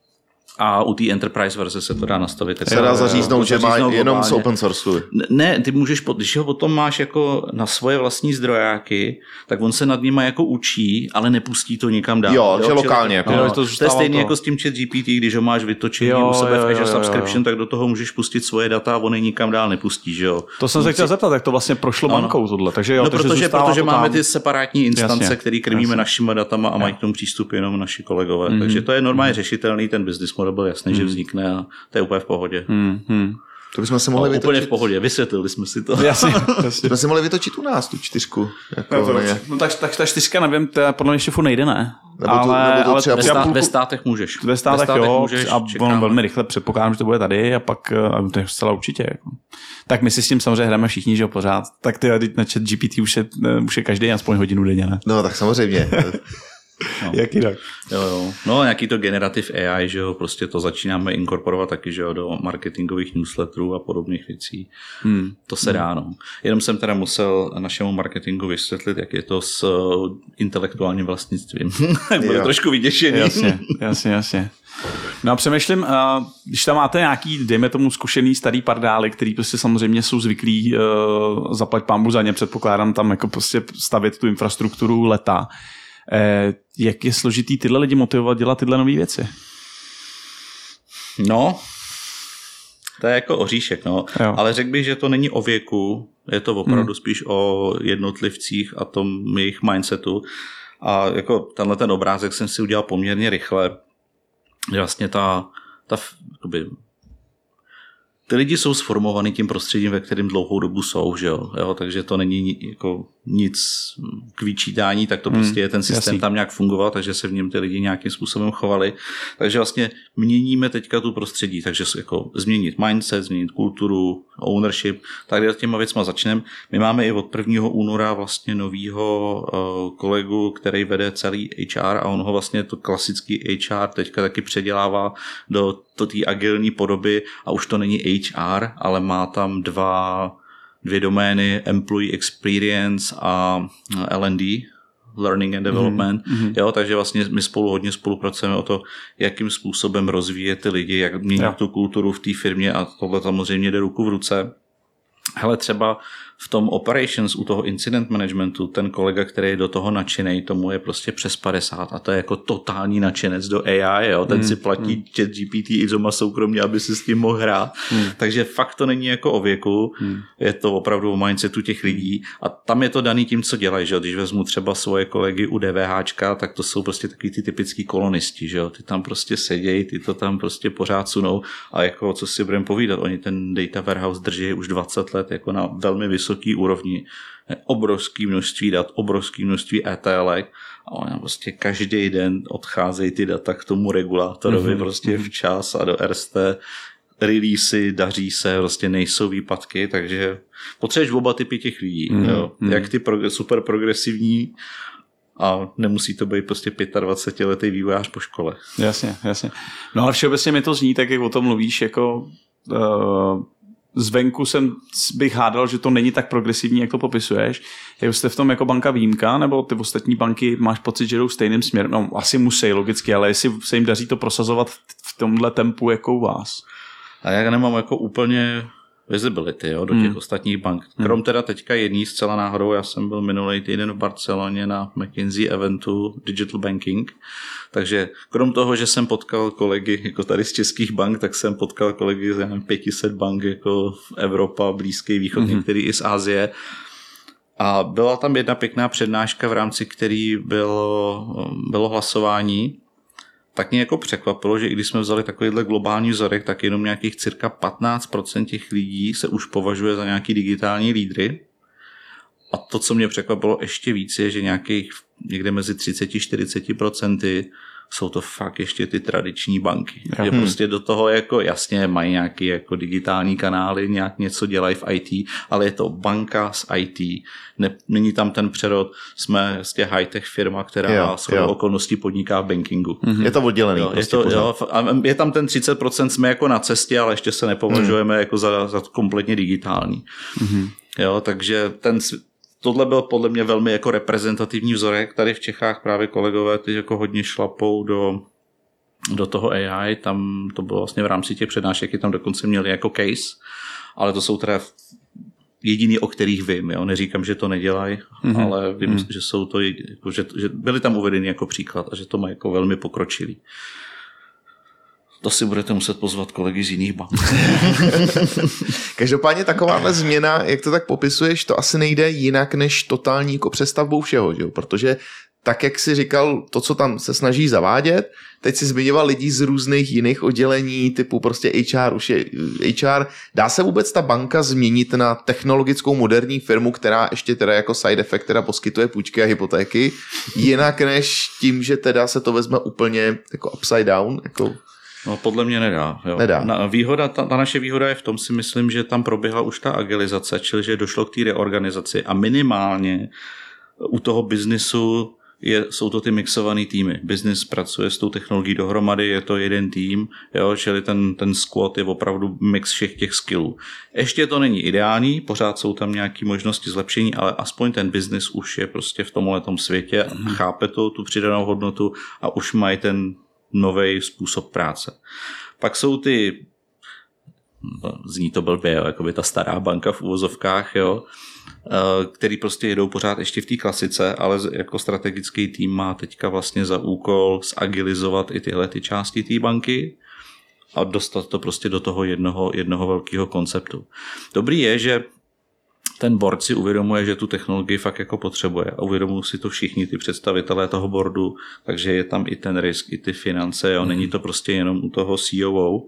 E: a u té enterprise verze se to dá nastavit.
D: Se dá zaříznout, že má jenom z open source.
E: Ne, ty můžeš, když ho potom máš jako na svoje vlastní zdrojáky, tak on se nad nima jako učí, ale nepustí to nikam dál.
D: Jo, že lokálně.
E: No, no, to, to je stejný to. Jako s tím ChatGPT, když ho máš vytočený jo, u sebe jo, v Azure jo, Subscription, jo. tak do toho můžeš pustit svoje data a on je nikam dál nepustí, že jo.
B: To jsem se chtěl zeptat, jak to vlastně prošlo
E: no,
B: bankou tohle. Takže jo,
E: no,
B: takže
E: protože, protože
B: to
E: máme
B: tam.
E: ty separátní instance, které krmíme našimi datama a mají k tomu přístup jenom naši kolegové. Mm-hmm. Takže to je normálně řešitelný, ten business model byl jasný, že vznikne a to je úplně v pohodě.
B: Mm-hmm.
D: To bychom si mohli
E: no,
D: vytočit.
E: Úplně v pohodě, vysvětlili jsme si to.
B: Jasně,
D: jsme si mohli vytočit u nás tu čtyřku. Jako
B: no, to, no, tak, tak ta čtyřka, nevím, to podle mě ještě furt nejde, ne?
D: Nebo to,
B: ale,
D: nebo to
B: ale
D: třeba
E: ve, stát, ve státech můžeš.
B: Ve státech, ve státech jo,
E: můžeš,
B: a on velmi rychle předpokládám, že to bude tady a pak a to je zcela určitě. Jako. Tak my si s tím samozřejmě hrajeme všichni, že jo, pořád. Tak ty na chat G P T už je, už je každý aspoň hodinu denně, ne?
D: No tak samozřejmě.
E: No.
B: Jak jinak?
E: Jo, jo. No nějaký to generative A I, že jo, prostě to začínáme inkorporovat taky, že jo, do marketingových newsletterů a podobných věcí. Hmm. To se dá, no. Jenom jsem teda musel našemu marketingu vysvětlit, jak je to s uh, intelektuálním vlastnictvím. Byl trošku vyděšený.
B: Jasně, jasně, jasně. No a přemýšlím, uh, když tam máte nějaký, dejme tomu, zkušený starý pardály, který prostě samozřejmě jsou zvyklí uh, zaplať pánbu za ně, předpokládám tam jako prostě stavět tu infrastrukturu leta. Uh, jak je složitý tyhle lidi motivovat dělat tyhle nové věci?
E: No, to je jako oříšek, no.
B: Jo.
E: Ale řekl bych, že to není o věku, je to opravdu hmm. spíš o jednotlivcích a tom jejich mindsetu. A jako tenhle ten obrázek jsem si udělal poměrně rychle. Vlastně ta, ta jakoby, ty lidi jsou sformovaný tím prostředím, ve kterém dlouhou dobu jsou, že jo? Jo, takže to není jako nic k vyčítání, tak to hmm, prostě je ten systém jasný. Tam nějak fungoval, takže se v něm ty lidi nějakým způsobem chovali. Takže vlastně měníme teďka tu prostředí, takže jako změnit mindset, změnit kulturu, ownership, tady těma věcma začneme. My máme i od prvního února vlastně novýho uh, kolegu, který vede celý H R a on ho vlastně to klasický H R teďka taky předělává do to té agilní podoby a už to není H R, ale má tam dva, dvě domény, Employee Experience a L and D, Learning and Development. Mm-hmm. Jo, takže vlastně my spolu hodně spolupracujeme o to, jakým způsobem rozvíjet ty lidi, jak měnit ja. tu kulturu v té firmě a tohle samozřejmě jde ruku v ruce. Hele, třeba v tom operations u toho incident managementu ten kolega, který je do toho nadšenej, tomu je prostě přes padesát a to je jako totální nadšenec do A I, jo? Ten mm, si platí mm. ChatGPT i doma soukromně, aby si s tím mohl hrát. Mm. Takže fakt to není jako o věku, mm. je to opravdu o mindsetu těch lidí a tam je to daný tím, co dělají, že? Když vezmu třeba svoje kolegy u DVHčka, tak to jsou prostě takový ty typický kolonisti, že jo? Ty tam prostě sedějí, ty to tam prostě pořád sunou a jako co si budeme povídat, oni ten data warehouse drží už dvacet let jako na velmi vysoký úrovni, obrovské množství dat, obrovské množství E T L ek a oni prostě každý den odcházejí ty data k tomu regulátorovi mm-hmm. prostě včas a do R S T releasy, daří se, prostě nejsou výpadky, takže potřebuješ oba typy těch lidí, mm-hmm. jo. Jak ty prog- super progresivní a nemusí to být prostě dvacetiletý vývojář po škole.
B: Jasně, jasně. No ale všeobecně mi to zní tak, jak o tom mluvíš, jako uh... zvenku jsem bych hádal, že to není tak progresivní, jak to popisuješ. Jste v tom jako banka výjimka, nebo ty ostatní banky máš pocit, že jdou stejným směrem? No, asi musí, logicky, ale jestli se jim daří to prosazovat v tomhle tempu jako u vás?
E: A já nemám jako úplně visibility, jo, do těch hmm. ostatních bank. Krom teda teďka jedný zcela náhodou, já jsem byl minulý týden v Barceloně na McKinsey eventu Digital Banking, takže krom toho, že jsem potkal kolegy jako tady z českých bank, tak jsem potkal kolegy z pět set bank jako v Evropa, Blízký východ, hmm. některý i z Asie. A byla tam jedna pěkná přednáška, v rámci který bylo, bylo hlasování. Tak mě jako překvapilo, že i když jsme vzali takovýhle globální vzorek, tak jenom nějakých cirka patnáct procent těch lidí se už považuje za nějaký digitální lídry. A to, co mě překvapilo ještě víc, je, že nějakých někde mezi třicet až čtyřicet procent jsou to fakt ještě ty tradiční banky. Hmm. Že prostě do toho jako jasně mají nějaké jako digitální kanály, nějak něco dělají v I T, ale je to banka s I T. Ne, není tam ten přerod, jsme vlastně high-tech firma, která s okolností podniká v bankingu.
D: Hmm. Je to oddělený.
E: Jo,
D: prostě
E: je, to, jo, a je tam ten třicet procent, jsme jako na cestě, ale ještě se nepovažujeme hmm. jako za, za kompletně digitální. Hmm. Jo, takže ten tohle byl podle mě velmi jako reprezentativní vzorek. Tady v Čechách právě kolegové ty jako hodně šlapou do, do toho A I. Tam to bylo vlastně v rámci těch přednášek, je tam dokonce měli jako case, ale to jsou teda jediný, o kterých vím. Jo? Neříkám, že to nedělají, mm-hmm. ale vím, mm-hmm. že jsou to, jako, že, že byli tam uvedeni jako příklad a že to mají jako velmi pokročilý. To si budete muset pozvat kolegy z jiných bank.
D: Každopádně takováhle změna, jak to tak popisuješ, to asi nejde jinak než totální jako přestavbou všeho, že? Protože tak, jak jsi říkal, to, co tam se snaží zavádět, teď si zmiňoval lidi z různých jiných oddělení, typu prostě H R, už je H R. Dá se vůbec ta banka změnit na technologickou moderní firmu, která ještě teda jako side effect teda poskytuje půjčky a hypotéky, jinak než tím, že teda se to vezme úplně jako upside down, jako...
E: No podle mě nedá. Jo.
D: nedá.
E: Na, výhoda, ta, ta naše výhoda je v tom, si myslím, že tam proběhla už ta agilizace, čili že došlo k té reorganizaci a minimálně u toho biznisu je, jsou to ty mixované týmy. Business pracuje s tou technologií dohromady, je to jeden tým, jo, čili ten, ten squad je opravdu mix všech těch skillů. Ještě to není ideální, pořád jsou tam nějaké možnosti zlepšení, ale aspoň ten business už je prostě v tomhletom světě a mm. chápe to, tu přidanou hodnotu a už mají ten nový způsob práce. Pak jsou ty, zní to blbě, jo, jakoby ta stará banka v uvozovkách, jo, který prostě jedou pořád ještě v té klasice, ale jako strategický tým má teďka vlastně za úkol zagilizovat i tyhle ty části té banky a dostat to prostě do toho jednoho, jednoho velkého konceptu. Dobrý je, že ten board si uvědomuje, že tu technologii fakt jako potřebuje a uvědomují si to všichni ty představitelé toho boardu, takže je tam i ten risk, i ty finance, jo. Není to prostě jenom u toho C O O.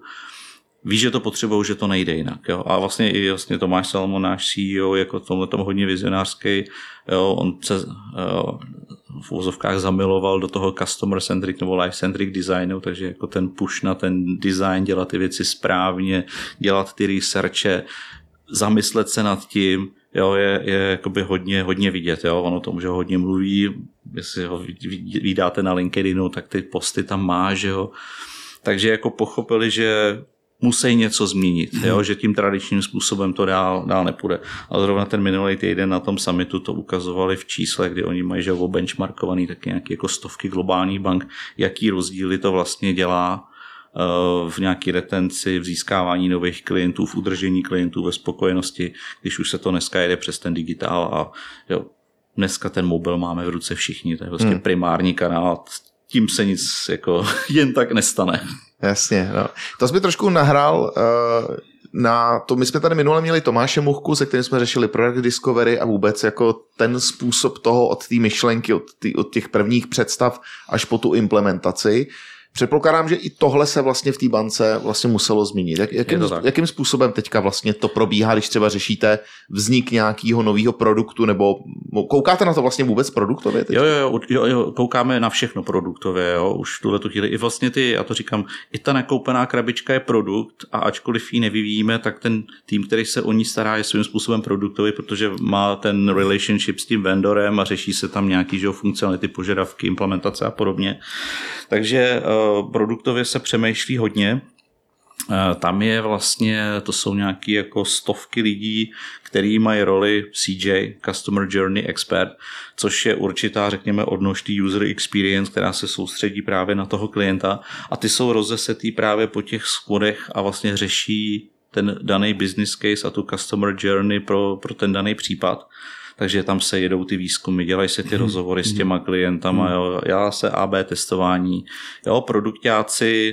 E: Ví, že to potřebují, že to nejde jinak. Jo. A vlastně i vlastně Tomáš Salomon, náš C E O, jako tomhletom hodně vizionářský, jo, on se jo, v úvozovkách zamiloval do toho customer-centric nebo life-centric designu, takže jako ten push na ten design, dělat ty věci správně, dělat ty researche, zamyslet se nad tím, jo, je, je jakoby hodně, hodně vidět. Jo. Ono tomu, že hodně mluví, jestli ho vydáte na LinkedInu, tak ty posty tam má, že jo. Takže jako pochopili, že musí něco změnit, jo? Že tím tradičním způsobem to dál, dál nepůjde. Ale zrovna ten minulý týden na tom summitu to ukazovali v číslech, kdy oni mají že benchmarkovaný taky nějaké jako stovky globálních bank, jaký rozdíly to vlastně dělá uh, v nějaké retenci, v získávání nových klientů, v udržení klientů, ve spokojenosti, když už se to dneska jede přes ten digitál a jo, dneska ten mobil máme v ruce všichni, to je vlastně hmm. primární kanál, tím se nic jako jen tak nestane.
D: Jasně, no. To jsi mi trošku nahrál uh, na to, my jsme tady minule měli Tomáše Muchku, se kterým jsme řešili Product Discovery a vůbec jako ten způsob toho od té myšlenky, od, tý, od těch prvních představ až po tu implementaci. Předpokládám, že i tohle se vlastně v té bance vlastně muselo změnit. Jak, jakým, jakým způsobem teďka vlastně to probíhá, když třeba řešíte vznik nějakého nového produktu, nebo koukáte na to vlastně vůbec produktově?
E: Jo, jo, jo, jo, koukáme na všechno produktově, jo, už v tuhletu chvíli. I vlastně ty, já to říkám, i ta nakoupená krabička je produkt a ačkoliv ji nevyvíjíme, tak ten tým, který se o ní stará, je svým způsobem produktový, protože má ten relationship s tím vendorem a řeší se tam nějaký, že jo, funkcionality, požadavky, implementace a podobně. Takže produktově se přemýšlí hodně. Tam je vlastně, to jsou nějaké jako stovky lidí, který mají roli C J, Customer Journey Expert, což je určitá, řekněme, odnož té user experience, která se soustředí právě na toho klienta a ty jsou rozesetý právě po těch squadech a vlastně řeší ten daný business case a tu customer journey pro, pro ten daný případ. Takže tam se jedou ty výzkumy, dělají se ty rozhovory s těma klientama, jo, dělá se A B testování, jo, produktáci,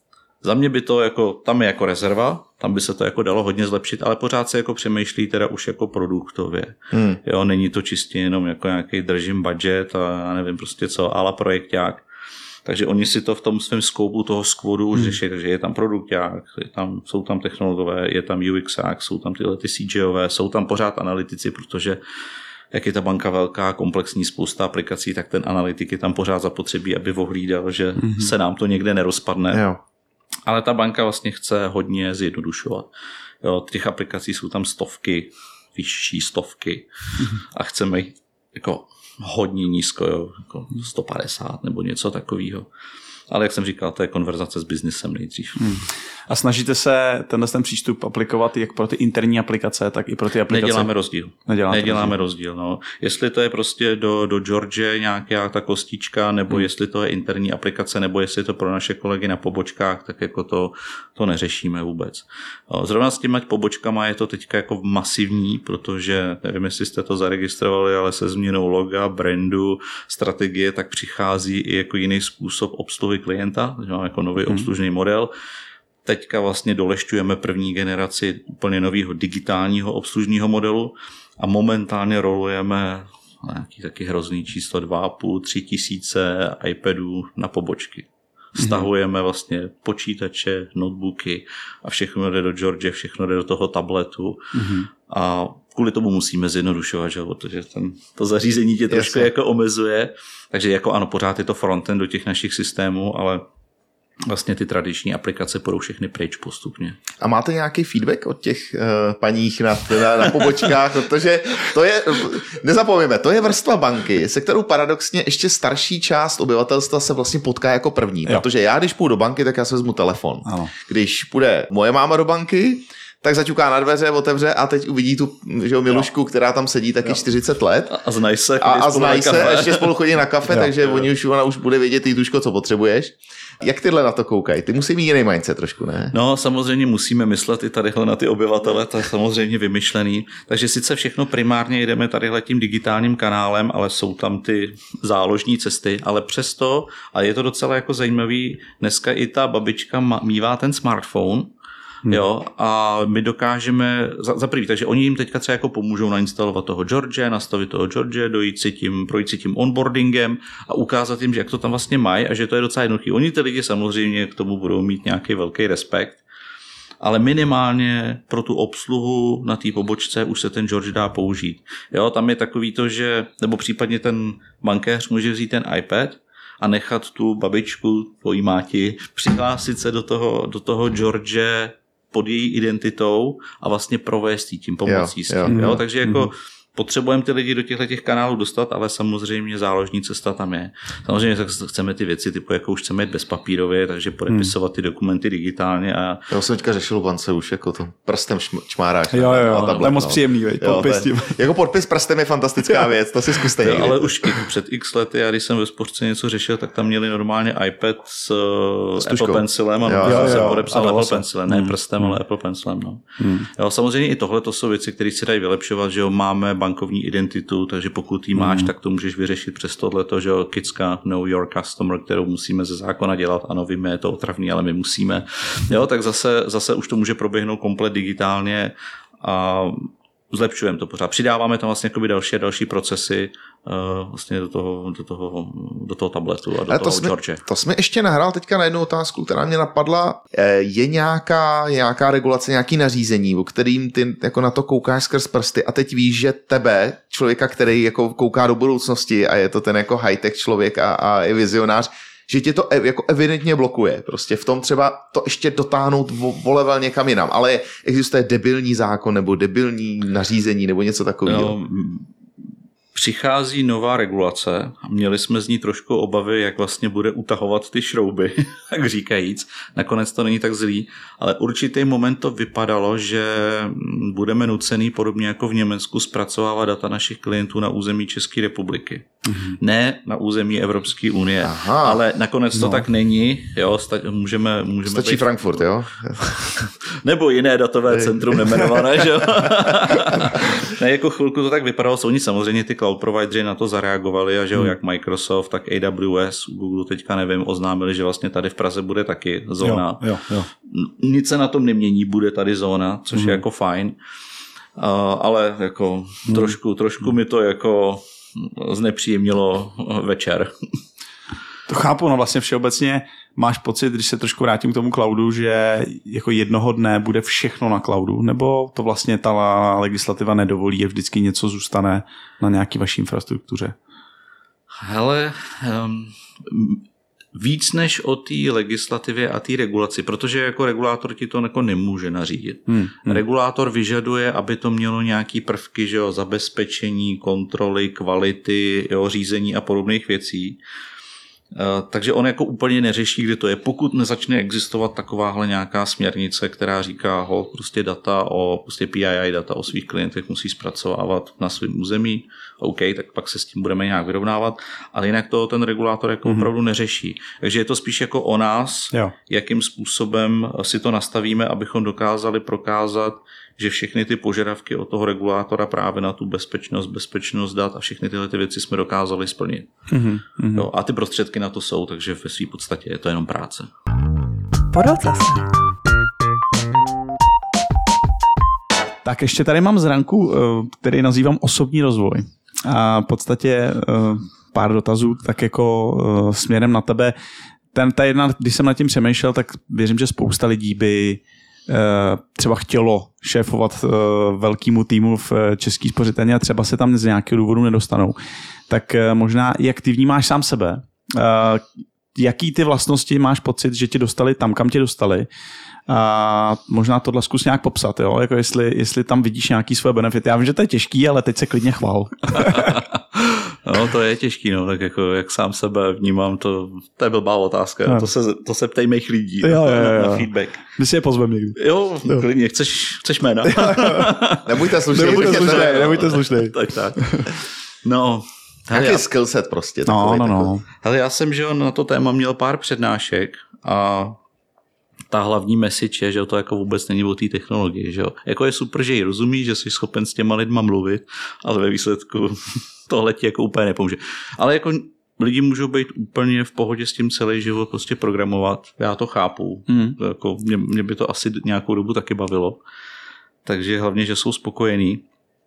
E: za mě by to jako, tam je jako rezerva, tam by se to jako dalo hodně zlepšit, ale pořád se jako přemýšlí teda už jako produktově, hmm. jo, není to čistě jenom jako nějaký držím budget a já nevím prostě co, ale projekták. Takže oni si to v tom svém skoupu toho squadu už hmm. řeší, takže je tam produkták, je tam, jsou tam technologové, je tam U X ák, jsou tam tyhle ty C J ové, jsou tam pořád analytici, protože jak je ta banka velká, komplexní, spousta aplikací, tak ten analytik je tam pořád zapotřebí, aby ohlídal, že hmm. se nám to někde nerozpadne. Jo. Ale ta banka vlastně chce hodně zjednodušovat. Jo, těch aplikací jsou tam stovky, vyšší stovky hmm. a chceme jich jako hodně nízko, jo, jako sto padesát nebo něco takového. Ale jak jsem říkal, to je konverzace s biznisem nejdřív. Hmm.
B: A snažíte se tenhle ten přístup aplikovat jak pro ty interní aplikace, tak i pro ty aplikace?
E: Neděláme rozdíl.
B: Neděláme,
E: Neděláme rozdíl. rozdíl no. Jestli to je prostě do, do George nějaká ta kostička, nebo hmm. jestli to je interní aplikace, nebo jestli je to pro naše kolegy na pobočkách, tak jako to, to neřešíme vůbec. Zrovna s těma pobočkama je to teďka jako masivní, protože nevím, jestli jste to zaregistrovali, ale se změnou loga, brandu, strategie, tak přichází i jako jiný způsob obsluhy klienta, jako nový hmm. obslužný model. Teďka vlastně dolešťujeme první generaci úplně nového digitálního obslužního modelu a momentálně rolujeme nějaký taky hrozný číslo dva a půl, tři tisíce iPadů na pobočky. Stahujeme vlastně počítače, notebooky a všechno jde do George, všechno jde do toho tabletu mm-hmm. a kvůli tomu musíme zjednodušovat, že? Protože ten, to zařízení tě trošku jako omezuje, takže jako ano, pořád je to frontend do těch našich systémů, ale vlastně ty tradiční aplikace půjdou všechny pryč postupně.
D: A máte nějaký feedback od těch uh, paních na, na, na pobočkách, protože to je, nezapomeňme, to je vrstva banky, se kterou paradoxně ještě starší část obyvatelstva se vlastně potká jako první, jo. Protože já, když půjdu do banky, tak já si vezmu telefon. Ano. Když půjde moje máma do banky, tak zaťuká na dveře, otevře a teď uvidí tu, že jo, Milušku, jo. která tam sedí taky jo. čtyřicet let.
E: A, a znají se,
D: a, a znají se, ještě spolu chodí na kafe,
E: jo,
D: takže
E: jo.
D: oni už, ona už bude vědět, Jituško, co potřebuješ. Jak tyhle na to koukají? Ty musí mít jiný mindset trošku, ne?
E: No, samozřejmě musíme myslet i tadyhle na ty obyvatele, to je samozřejmě vymyšlený. Takže sice všechno primárně jdeme tadyhle tím digitálním kanálem, ale jsou tam ty záložní cesty, ale přesto, a je to docela jako zajímavý, dneska i ta babička mívá ten smartphone, Hmm. Jo, a my dokážeme, za, za prvý, takže oni jim teďka třeba jako pomůžou nainstalovat toho George, nastavit toho George, dojít si tím, projít si tím onboardingem a ukázat jim, že jak to tam vlastně mají a že to je docela jednoduchý. Oni ty lidi samozřejmě k tomu budou mít nějaký velký respekt, ale minimálně pro tu obsluhu na té pobočce už se ten George dá použít. Jo, tam je takový to, že, nebo případně ten bankéř může vzít ten iPad a nechat tu babičku, tvojí máti, přihlásit se do toho, do toho George pod její identitou a vlastně provést jí tím pomocí s tím. Jo? Takže jako mm-hmm. potřebujeme ty lidi do těchto těch kanálů dostat, ale samozřejmě záložní cesta tam je. Samozřejmě chceme ty věci, typu jako už chceme jít bezpapírově, takže podepisovat ty dokumenty digitálně. A...
D: Já jsem teďka řešil u bance už jako to prstem čmáráš.
B: Jo, jo, jo, to je moc příjemný, veď, podpis tím.
D: Jako podpis prstem je fantastická věc, to si zkuste někdy.
E: Ale už před x lety, já když jsem ve sportce něco řešil, tak tam měli normálně iPad s, s Apple Pencilem a jo, jo, jsem podepsal Apple Pencilem, ne prstem, hmm. ale Apple Pencilem. No. Hmm. Jo, samozřejmě i tohle to jsou věci, které se dají vylepšovat, že jo, máme bankovní identitu, takže pokud ji máš, mm. tak to můžeš vyřešit přes tohleto, že Kicka Know Your Customer, kterou musíme ze zákona dělat. Ano, víme, je to otravný, ale my musíme. Jo, tak zase, zase už to může proběhnout komplet digitálně a zlepšujeme to pořád. Přidáváme tam vlastně další a další procesy uh, vlastně do toho, do, toho, do toho tabletu a do a to toho jsme, George.
D: To jsme ještě nahrál teďka na jednu otázku, která mě napadla. Je nějaká, nějaká regulace, nějaký nařízení, o kterým ty jako na to koukáš skrz prsty a teď víš, že tebe, člověka, který jako kouká do budoucnosti a je to ten jako high-tech člověk a, a je vizionář, že tě to jako evidentně blokuje. Prostě v tom třeba to ještě dotáhnout o level někam jinam. Ale existuje debilní zákon nebo debilní nařízení nebo něco takového.
E: No, přichází nová regulace. Měli jsme z ní trošku obavy, jak vlastně bude utahovat ty šrouby, tak říkajíc. Nakonec to není tak zlý, ale určitý moment to vypadalo, že budeme nucený podobně jako v Německu zpracovávat data našich klientů na území České republiky. Mm-hmm. Ne na území Evropské unie. Aha. Ale nakonec to no. tak není. Jo, sta- můžeme, můžeme
D: Stačí
E: být...
D: Frankfurt, jo?
E: Nebo jiné datové centrum nemenované, že jo? Ne, jako chvilku to tak vypadalo. Oni samozřejmě ty cloud provideři na to zareagovali a že jo, hmm. jak Microsoft, tak A W S, Google teďka nevím, oznámili, že vlastně tady v Praze bude taky zóna.
B: Jo, jo, jo.
E: Nic se na tom nemění, bude tady zóna, což hmm. je jako fajn. Uh, ale jako hmm. trošku, trošku mi to jako znepříjemnilo večer.
B: To chápu, no vlastně všeobecně máš pocit, když se trošku vrátím k tomu cloudu, že jako jednoho dne bude všechno na cloudu, nebo to vlastně ta legislativa nedovolí, je vždycky něco zůstane na nějaký vaší infrastruktuře?
E: Hele, um, víc než o té legislativě a té regulaci, protože jako regulátor ti to jako nemůže nařídit. Hmm, hmm. Regulátor vyžaduje, aby to mělo nějaký prvky, že jo, zabezpečení, kontroly, kvality, jo, řízení a podobných věcí. Uh, takže on jako úplně neřeší, kde to je, pokud nezačne existovat takováhle nějaká směrnice, která říká, ho prostě data o prostě P I I data o svých klientech musí zpracovávat na svém území, OK, tak pak se s tím budeme nějak vyrovnávat, ale jinak to ten regulátor jako mm-hmm. opravdu neřeší. Takže je to spíš jako o nás, jo. jakým způsobem si to nastavíme, abychom dokázali prokázat, že všechny ty požadavky od toho regulátora právě na tu bezpečnost, bezpečnost dat a všechny tyhle ty věci jsme dokázali splnit. Mm-hmm. Jo, a ty prostředky na to jsou, takže ve své podstatě je to jenom práce.
B: Tak ještě tady mám zranku, který nazývám osobní rozvoj. A v podstatě pár dotazů tak jako směrem na tebe. Ten, ta jedna, když jsem nad tím přemýšlel, tak věřím, že spousta lidí by třeba chtělo šéfovat velkému týmu v České spořitelně a třeba se tam z nějakého důvodu nedostanou. Tak možná, jak ty vnímáš sám sebe? jaký ty vlastnosti máš pocit, že ti dostali tam, kam tě dostali. A možná tohle zkus nějak popsat, jo? Jako jestli, jestli tam vidíš nějaký své benefity. Já vím, že to je těžký, ale teď se klidně chvál.
E: No, to je těžký, no, tak jako jak sám sebe vnímám, to, to je blbá otázka, no. to, se, to se ptej mých lidí
B: jo, jo, jo.
E: Na, na feedback.
B: My si je pozveme někdy.
E: Jo, jo. klidně, chceš, chceš jména?
D: Nebuďte slušný.
B: Nebuďte slušný, nebuďte slušný.
E: Tak, tak. No,
D: jaký já... skillset prostě.
B: No,
D: takový,
B: no, no.
D: takový.
E: Hele, já jsem, že na to téma měl pár přednášek a ta hlavní message je, že to jako vůbec není o té technologii, že jo. Jako je super, že ji rozumíš, že jsi schopen s těma lidma mluvit, ale ve výsledku tohle ti jako úplně nepomůže. Ale jako lidi můžou být úplně v pohodě s tím celý život prostě programovat. Já to chápu. Hmm. Jako mě, mě by to asi nějakou dobu taky bavilo. Takže hlavně, že jsou spokojení.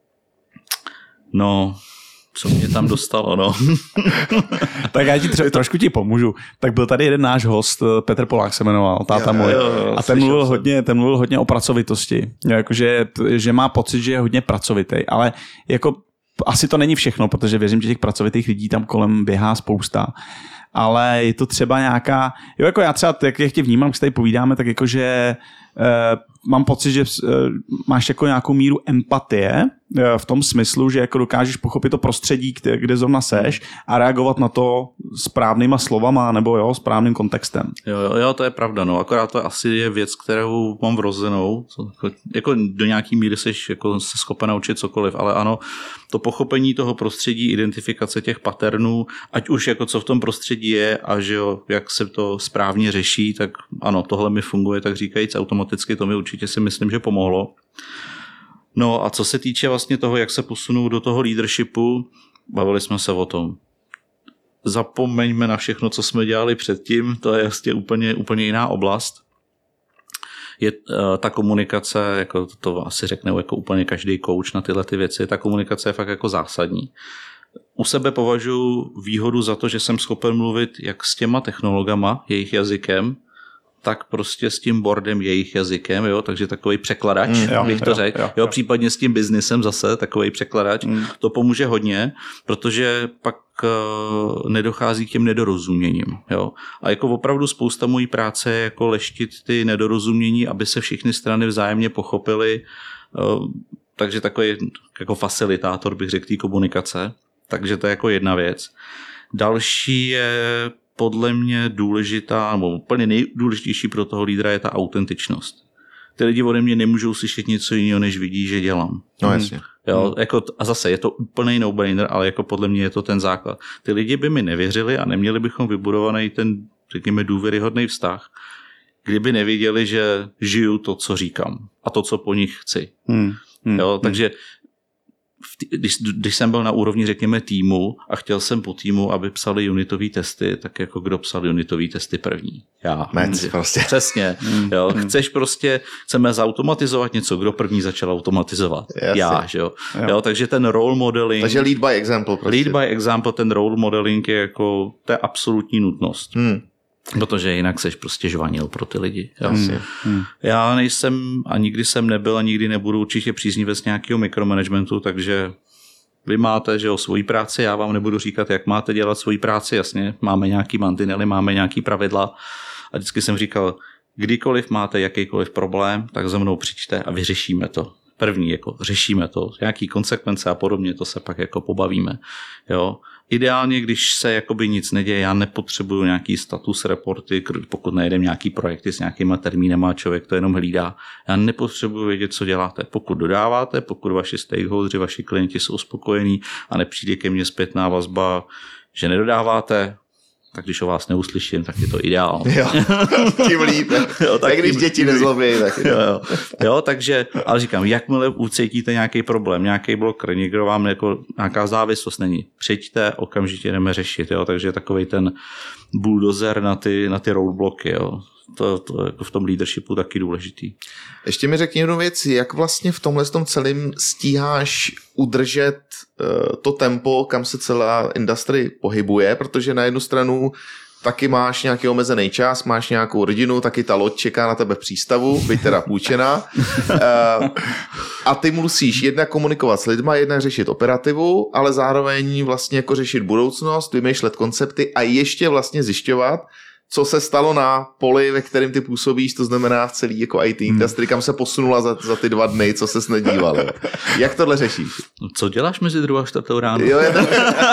E: No, co mě tam dostalo, no.
B: Tak já ti tře- trošku ti pomůžu. Tak byl tady jeden náš host, Petr Polák se jmenoval, táta můj. A ten mluvil, hodně, ten mluvil hodně o pracovitosti. Jakože, že má pocit, že je hodně pracovitý. Ale jako asi to není všechno, protože věřím, že těch pracovitých lidí tam kolem běhá spousta. Ale je to třeba nějaká, jo, jako já třeba, jak, jak tě vnímám, když tady povídáme, tak jakože eh, mám pocit, že eh, máš jako nějakou míru empatie eh, v tom smyslu, že jako dokážeš pochopit to prostředí, kde, kde zrovna seš a reagovat na to správnýma slovama nebo jo, správným kontextem.
E: Jo, jo, jo, to je pravda, no, akorát to asi je věc, kterou mám vrozenou, jako, jako do nějaký míry seš jako se schopen naučit cokoliv, ale ano, to pochopení toho prostředí, identifikace těch patternů, ať už jako co v tom prostředí je a že jo, jak se to správně řeší, tak ano, tohle mi funguje, tak říkajíc automaticky, to mi určitě si myslím, že pomohlo. No a co se týče vlastně toho, jak se posunu do toho leadershipu, bavili jsme se o tom. Zapomeňme na všechno, co jsme dělali předtím, to je vlastně úplně, úplně jiná oblast. Je uh, ta komunikace, jako to, to asi řekne jako úplně každý coach na tyhle ty věci, ta komunikace je fakt jako zásadní. U sebe považuji výhodu za to, že jsem schopen mluvit jak s těma technologama, jejich jazykem, tak prostě s tím boardem jejich jazykem, jo, takže takový překladač, mm, jo, bych to řekl, jo, jo, jo. Případně s tím biznisem zase takový překladač, mm. to pomůže hodně, protože pak uh, nedochází k těm nedorozuměním, jo. A jako opravdu spousta mojí práce je jako leštit ty nedorozumění, aby se všechny strany vzájemně pochopily, uh, takže takový jako facilitátor bych řekl té komunikace, takže to je jako jedna věc. Další je podle mě důležitá, nebo úplně nejdůležitější pro toho lídra je ta autentičnost. Ty lidi ode mě nemůžou slyšet něco jiného, než vidí, že dělám.
D: No jasně.
E: Jo, hmm. jako, a zase je to úplný no-brainer, ale jako podle mě je to ten základ. Ty lidi by mi nevěřili a neměli bychom vybudovaný ten, řekněme, důvěryhodný vztah, kdyby nevěděli, že žiju to, co říkám a to, co po nich chci. Hmm. Hmm. Jo, takže Když, když jsem byl na úrovni, řekněme, týmu a chtěl jsem po týmu, aby psali unitové testy, tak jako kdo psal unitové testy první? Já.
D: Mec, prostě.
E: Přesně. Jo. Chceš prostě, chceme zautomatizovat něco, kdo první začal automatizovat? Jasně. Já, že jo? Jo. Jo. Takže ten role modeling.
D: Takže lead by example. Prostě.
E: Lead by example, ten role modeling je jako, to je absolutní nutnost. Hmm. Protože jinak seš prostě žvanil pro ty lidi.
D: Hmm.
E: Hmm. Já nejsem a nikdy jsem nebyl a nikdy nebudu určitě příznivec nějakého mikromanagementu, takže vy máte, že o svojí práci, já vám nebudu říkat, jak máte dělat svoji práci, jasně, máme nějaký mantinely, máme nějaký pravidla a vždycky jsem říkal, kdykoliv máte jakýkoliv problém, tak za mnou přijďte a vyřešíme to. První, jako řešíme to, nějaký konsekvence a podobně, to se pak jako pobavíme. Jo. Ideálně, když se jakoby nic neděje, já nepotřebuju nějaký status reporty, pokud nejedem nějaký projekty s nějakýma termínama a člověk to jenom hlídá. Já nepotřebuju vědět, co děláte. Pokud dodáváte, pokud vaši stakeholdři, vaši klienti jsou spokojení a nepřijde ke mně zpětná vazba, že nedodáváte, tak když o vás neuslyším, tak je to ideál.
D: Jo, tím líp. Jo, tak, tak když tím, děti nezlobí, tak
E: jo, jo. jo, takže, ale říkám, jakmile ucítíte nějaký problém, nějaký blokr, někdo vám jako, nějaká závislost není, přijďte, okamžitě jdeme řešit, jo, takže takovej ten bulldozer na ty, na ty roadblocky, jo. To, to je v tom leadershipu taky důležitý.
D: Ještě mi řekni jednu věc, jak vlastně v tomhle tom celém stíháš udržet uh, to tempo, kam se celá industry pohybuje, protože na jednu stranu taky máš nějaký omezený čas, máš nějakou rodinu, taky ta loď čeká na tebe v přístavu, byť teda půjčená. A ty musíš jednak komunikovat s lidma, jednak řešit operativu, ale zároveň vlastně jako řešit budoucnost, vymýšlet koncepty a ještě vlastně zjišťovat, co se stalo na poli, ve kterém ty působíš, to znamená v celý jako í té industry, kam se posunula za, za ty dva dny, co ses nedíval. Jak tohle řešíš?
E: Co děláš mezi druhou a čtvrtou ráno?
D: Jo, je to...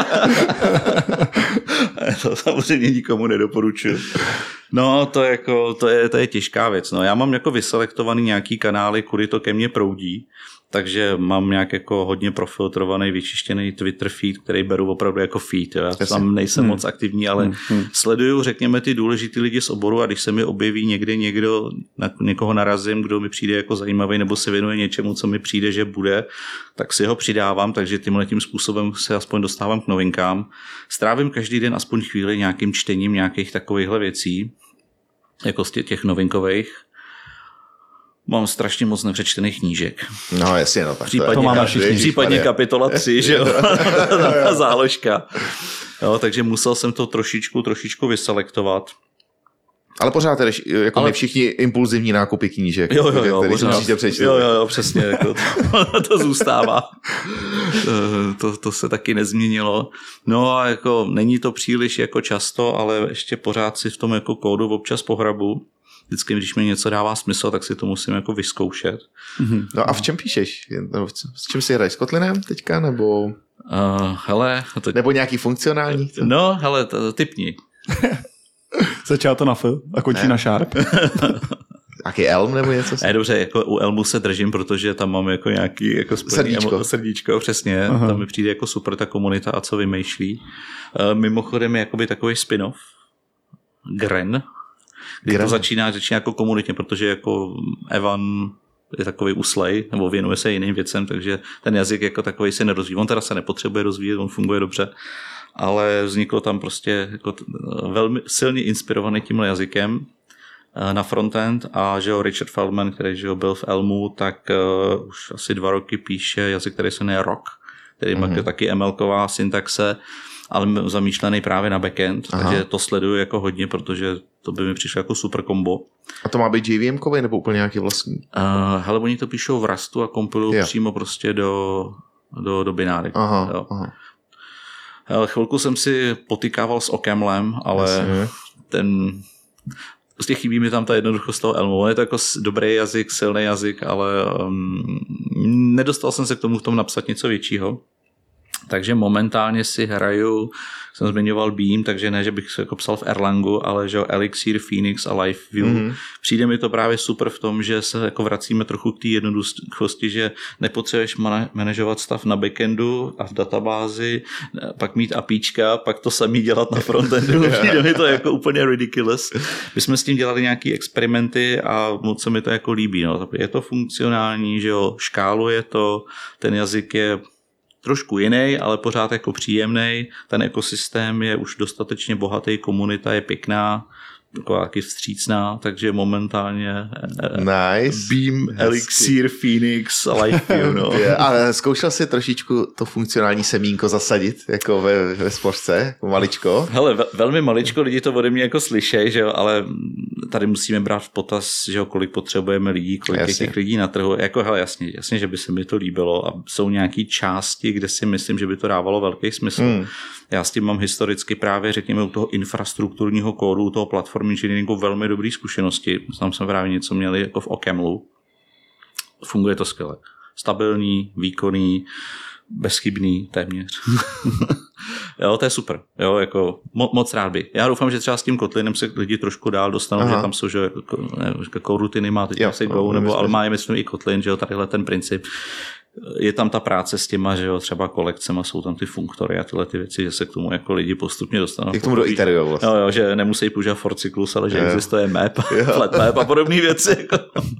E: To samozřejmě nikomu nedoporučuji. No, to, jako, to, je, to je těžká věc. No, já mám jako vyselektovaný nějaký kanály, kudy to ke mně proudí, takže mám nějak jako hodně profiltrovaný, vyčištěný Twitter feed, který beru opravdu jako feed. Jo. Já
D: Jasně.
E: tam nejsem hmm. moc aktivní, ale
B: hmm. Hmm.
E: sleduju, řekněme, ty důležitý lidi z oboru a když se mi objeví někde někdo, na někoho narazím, kdo mi přijde jako zajímavý nebo se věnuje něčemu, co mi přijde, že bude, tak si ho přidávám, takže tímhle tím způsobem se aspoň dostávám k novinkám. Strávím každý den aspoň chvíli nějakým čtením nějakých takovýchhle věcí, jako z těch novinkových. Mám strašně moc nepřečtených knížek.
D: No jasně, no tak
E: případně,
B: to máme
E: ka-
B: všichni.
E: případně kapitola tři, že jo, ta záložka. Jo, takže musel jsem to trošičku, trošičku vyselektovat.
D: Ale pořád jdeš, jako
E: Ale...
D: my všichni impulzivní nákupy knížek,
E: Jo, jo, jo,
D: který
E: pořád.
D: musíte přečíst.
E: Jo, jo, jo, přesně, jako to, to zůstává. To, to se taky nezměnilo. No a jako není to příliš jako často, ale ještě pořád si v tom jako kódu občas pohrabu. Vždycky, když mi něco dává smysl, tak si to musím jako vyzkoušet.
D: No a v čem píšeš? S čím si hraješ? S Kotlinem teďka, nebo...
E: Uh, hele, to...
D: Nebo nějaký funkcionální?
E: No, hele, to, typni.
B: Začal to na F a končí
D: Ne.
B: na Sharp.
D: Nějaký Elm nebo něco?
E: Ne, dobře, jako u Elmu se držím, protože tam mám jako nějaký jako
D: Srdíčko.
E: Emo, srdíčko, přesně.
B: Aha.
E: Tam mi přijde jako super ta komunita a co vymýšlí. Uh, mimochodem je jakoby takový spin-off. Gren. Kdy
D: Gren.
E: to začíná, začíná jako komunitně, protože jako Evan je takový uslej, nebo věnuje se jiným věcem, takže ten jazyk jako takový se nerozvíjí. On teda se nepotřebuje rozvíjet, on funguje dobře, ale vzniklo tam prostě jako t- velmi silně inspirovaný tímhle jazykem na frontend a že jo, Richard Feldman, který že jo, byl v Elmu, tak uh, už asi dva roky píše jazyk, který se jmenuje Rock, který má mm-hmm. taky em elková syntaxe, ale zamýšlený právě na backend,
D: Aha.
E: takže to sleduju jako hodně, protože to by mi přišlo jako super kombo.
D: A to má být J V M-kový nebo úplně nějaký vlastní?
E: Uh, hele, oni to píšou v Rustu a kompilují přímo prostě do, do, do binárek.
D: Aha,
E: jo.
D: aha.
E: Hele, chvilku jsem si potykával s Okemlem, ale
D: Jasně.
E: ten... Prostě chybí mi tam ta jednoduchost toho Elmu. On je to jako dobrý jazyk, silný jazyk, ale um, nedostal jsem se k tomu v tom napsat něco většího. Takže momentálně si hraju, jsem zmiňoval Beam, takže ne, že bych se jako psal v Erlangu, ale že Elixir, Phoenix a LiveView. Mm-hmm. Přijde mi to právě super v tom, že se jako vracíme trochu k té jednoduchosti, že nepotřebuješ manažovat stav na backendu a v databázi, pak mít APIčka, pak to samý dělat na frontendu. Přijde mi to jako úplně ridiculous. My jsme s tím dělali nějaký experimenty a moc se mi to jako líbí. No. Je to funkcionální, že jo, škáluje to, ten jazyk je trošku jiný, ale pořád jako příjemný. Ten ekosystém je už dostatečně bohatý, komunita je pěkná, taková taky vstřícná, takže momentálně
D: Nice.
E: Beam, Elixir, Phoenix a LiveView. No.
D: Ale zkoušel jsi trošičku to funkcionální semínko zasadit, jako ve, ve spořce, jako maličko?
E: Hele, ve, velmi maličko, lidi to ode mě jako slyšej, že jo, ale tady musíme brát v potaz, že jo, kolik potřebujeme lidí, kolik je těch lidí na trhu. Jako hele, jasně, jasně, že by se mi to líbilo a jsou nějaký části, kde si myslím, že by to dávalo velký smysl. Hmm. Já s tím mám historicky právě, řekněme, u toho infrastrukturního kódu, u toho platform engineeringu velmi dobré zkušenosti. Tam jsme právě něco měli jako v Okemlu. Funguje to skvěle. Stabilní, výkonný, bezchybný téměř. Jo, to je super. Jo, jako mo- moc rád bych. Já doufám, že třeba s tím Kotlinem se lidi trošku dál dostanou, Aha. že tam jsou, že jako, ne, jako rutiny má teď se Go, nebo ale má je myslím i Kotlin, že jo, tadyhle ten princip. Je tam ta práce s těma, že jo, třeba kolekcema, jsou tam ty funktory a tyhle ty věci, že se k tomu jako lidi postupně dostanou.
D: Jak tomu doiterujou vlastně.
E: Jo, jo, že nemusí používat for cyklus, ale že jo. Existuje map, flat map a podobné věci.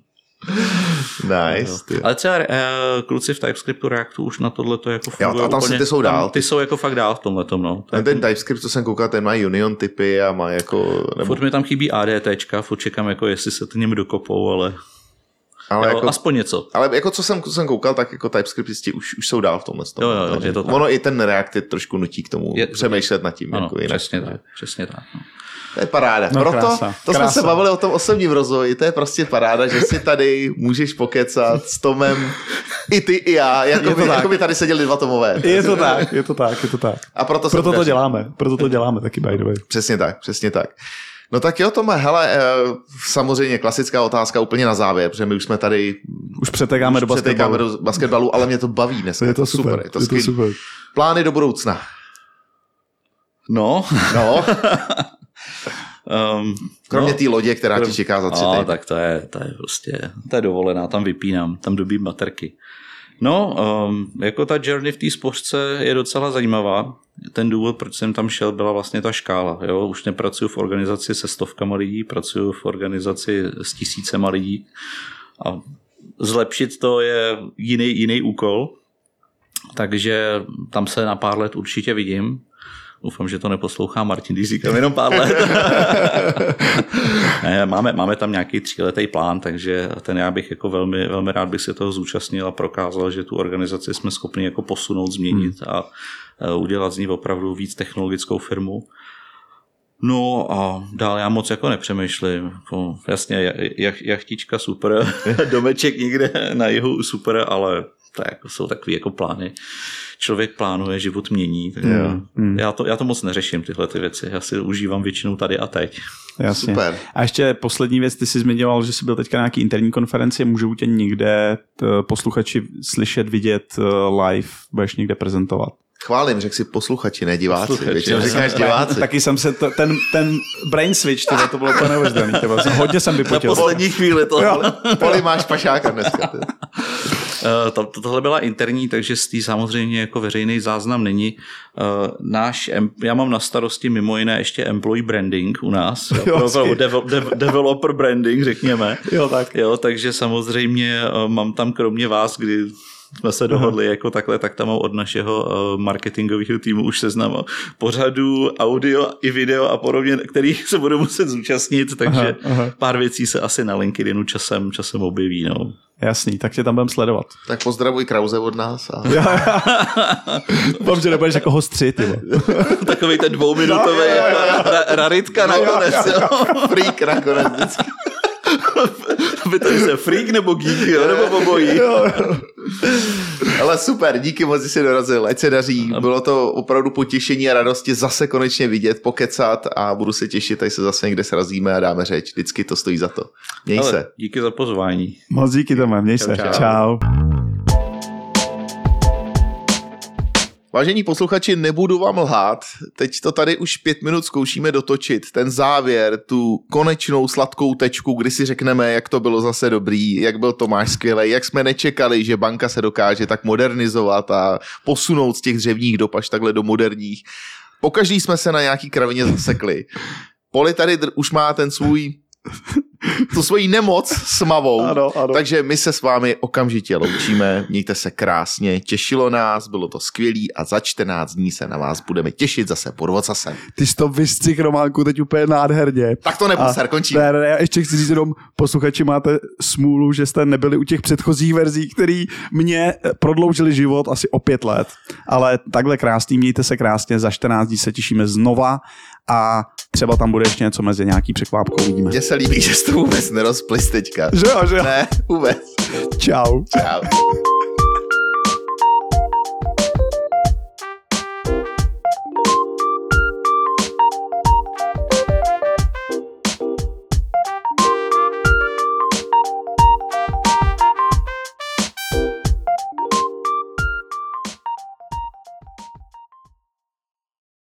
D: Nice.
E: Jo. Ale třeba uh, kluci v TypeScriptu Reactu už na tohleto jako fungují.
D: Jo, a tam
E: úplně,
D: ty jsou dál.
E: Tam, ty jsou jako fakt dál v tomhletom, no.
D: Ten, ten TypeScript, co jsem koukal, ten má union typy a má jako... Nebo...
E: Furt mi tam chybí ADTčka, furt čekám, jako jestli se to něm dokopou, ale...
D: Ale
E: jo,
D: jako,
E: aspoň něco.
D: Ale jako co jsem, co jsem koukal, tak jako TypeScriptisti už, už jsou dál v tomhle.
E: Jo, jo, jo, to
D: ono i ten React je trošku nutí k tomu
E: je,
D: přemýšlet nad tím.
E: Ano,
D: jako jinak.
E: přesně tak, přesně tak. No.
D: To je paráda.
B: No,
D: Proto
B: krása,
D: to jsme
B: krása.
D: se bavili o tom osobním rozvoji, to je prostě paráda, že si tady můžeš pokecat s Tomem, i ty, i já, jako, by, jako by tady seděli dva Tomové.
B: Je to tak, je to tak, je to tak.
D: A proto,
B: Proto to
D: podaří.
B: děláme, proto to děláme taky, by the way.
D: Přesně tak, přesně tak. No tak jo, Tome, hele, samozřejmě klasická otázka úplně na závěr, protože my už jsme tady
B: Už přetékáme
D: už
B: do
D: přetékáme
B: basketbalu.
D: do basketbalu, ale mě to baví dneska.
B: Je to super,
D: je to,
B: je to super.
D: Plány do budoucna.
E: No,
D: No,
E: um,
D: kromě
E: no.
D: té lodě, která ti čeká za tři
E: No,
D: týdny.
E: tak to je, to je prostě, to je dovolená, tam vypínám, tam dobím baterky. No, um, jako ta journey v té spořce je docela zajímavá. Ten důvod, proč jsem tam šel, byla vlastně ta škála. Jo? Už nepracuju v organizaci se stovkama lidí, pracuju v organizaci s tisícema lidí. A zlepšit to je jiný, jiný úkol, takže tam se na pár let určitě vidím. Doufám, že to neposlouchá Martin, když říkám jenom pár let. Ne, máme, máme tam nějaký tříletý plán, takže ten já bych jako velmi, velmi rád bych se toho zúčastnil a prokázal, že tu organizaci jsme schopni jako posunout, změnit a udělat z ní opravdu víc technologickou firmu. No a dál já moc jako nepřemýšlím. Jako, jasně, jach, jachtička super, domeček někde na jihu super, ale to jako jsou takový jako plány. Člověk plánuje, život mění. Takže
B: Yeah. Mm.
E: já, to, já to moc neřeším, tyhle ty věci. Já si užívám většinou tady a teď.
B: Jasně.
D: Super.
B: A ještě poslední věc, ty jsi zmiňoval, že jsi byl teďka na nějaký interní konferenci, můžou tě někde t, posluchači slyšet, vidět live, budeš někde prezentovat.
D: Chválím, řekl si posluchači, ne diváci.
E: Posluchači,
D: Většinou
E: já
D: říkáš
E: jsem-
D: diváci.
B: Taky jsem se, t- ten, ten brain switch, tyhle, to bylo úplně neuvěřitelný. tyhle, jsem- Hodně jsem
E: Na
B: vypotil.
E: poslední chvíli to.
D: Poli máš pašáka dneska. ty.
E: Uh, to, tohle byla interní, takže z té samozřejmě jako veřejný záznam není. Uh, náš, em- já mám na starosti mimo jiné ještě employee branding u nás, jo,
B: Jo,
E: pro-
B: hezky.
E: devel, dev, developer branding, řekněme.
B: Jo, tak.
E: Jo, takže samozřejmě uh, mám tam kromě vás, kdy jsme se dohodli jako takhle, tak tam mám od našeho uh, marketingového týmu už seznam pořadů, audio i video a podobně, kterých se budu muset zúčastnit, takže
B: Aha, aha.
E: pár věcí se asi na LinkedInu časem, časem objeví. No.
B: Jasný, tak tě tam budem sledovat.
D: Tak pozdravuj Krause od nás. A...
B: Doufám, že nebudeš jako hostři, ty vole.
E: Takový ten dvouminutový ra- raritka nakonec. Jo.
D: Freak nakonec vždycky.
E: Aby to se freak nebo geek, jo, nebo obojí.
D: Ale super, díky moc, že jsi dorazil, ať se daří. Bylo to opravdu potěšení a radosti zase konečně vidět, pokecat a budu se těšit, až se zase někde srazíme a dáme řeč. Vždycky to stojí za to. Měj
E: Ale
D: se.
E: díky za pozvání.
B: Moc díky, Tome, měj se.
E: Čau, čau.
B: Čau.
D: Vážení posluchači, nebudu vám lhát, teď to tady už pět minut zkoušíme dotočit, ten závěr, tu konečnou sladkou tečku, kdy si řekneme, jak to bylo zase dobrý, jak byl Tomáš skvělej, jak jsme nečekali, že banka se dokáže tak modernizovat a posunout z těch dřevních dob až takhle do moderních. Pokaždý jsme se na nějaký kravině zasekli. Poli tady dr- už má ten svůj tu svoji nemoc smavou,
B: Ano, ano.
D: takže my se s vámi okamžitě loučíme, mějte se krásně, těšilo nás, bylo to skvělý a za čtrnáct dní se na vás budeme těšit zase pod vocasem.
B: Ty jsi to vystřih, Románku, teď úplně nádherně.
D: Tak to nebudu, ser, končím.
B: Ne, ne, ne, já ještě chci říct jenom, posluchači, máte smůlu, že jste nebyli u těch předchozích verzí, který mě prodloužili život asi o pět let. Ale takhle krásný, mějte se krásně, za čtrnáct dní se těšíme znova a třeba tam bude ještě něco mezi nějaký překvápkou, uvidíme.
D: Mně se líbí, že jsi to vůbec nerozplis teďka.
B: Že jo, že jo.
D: Ne, vůbec.
B: Čau.
D: Čau.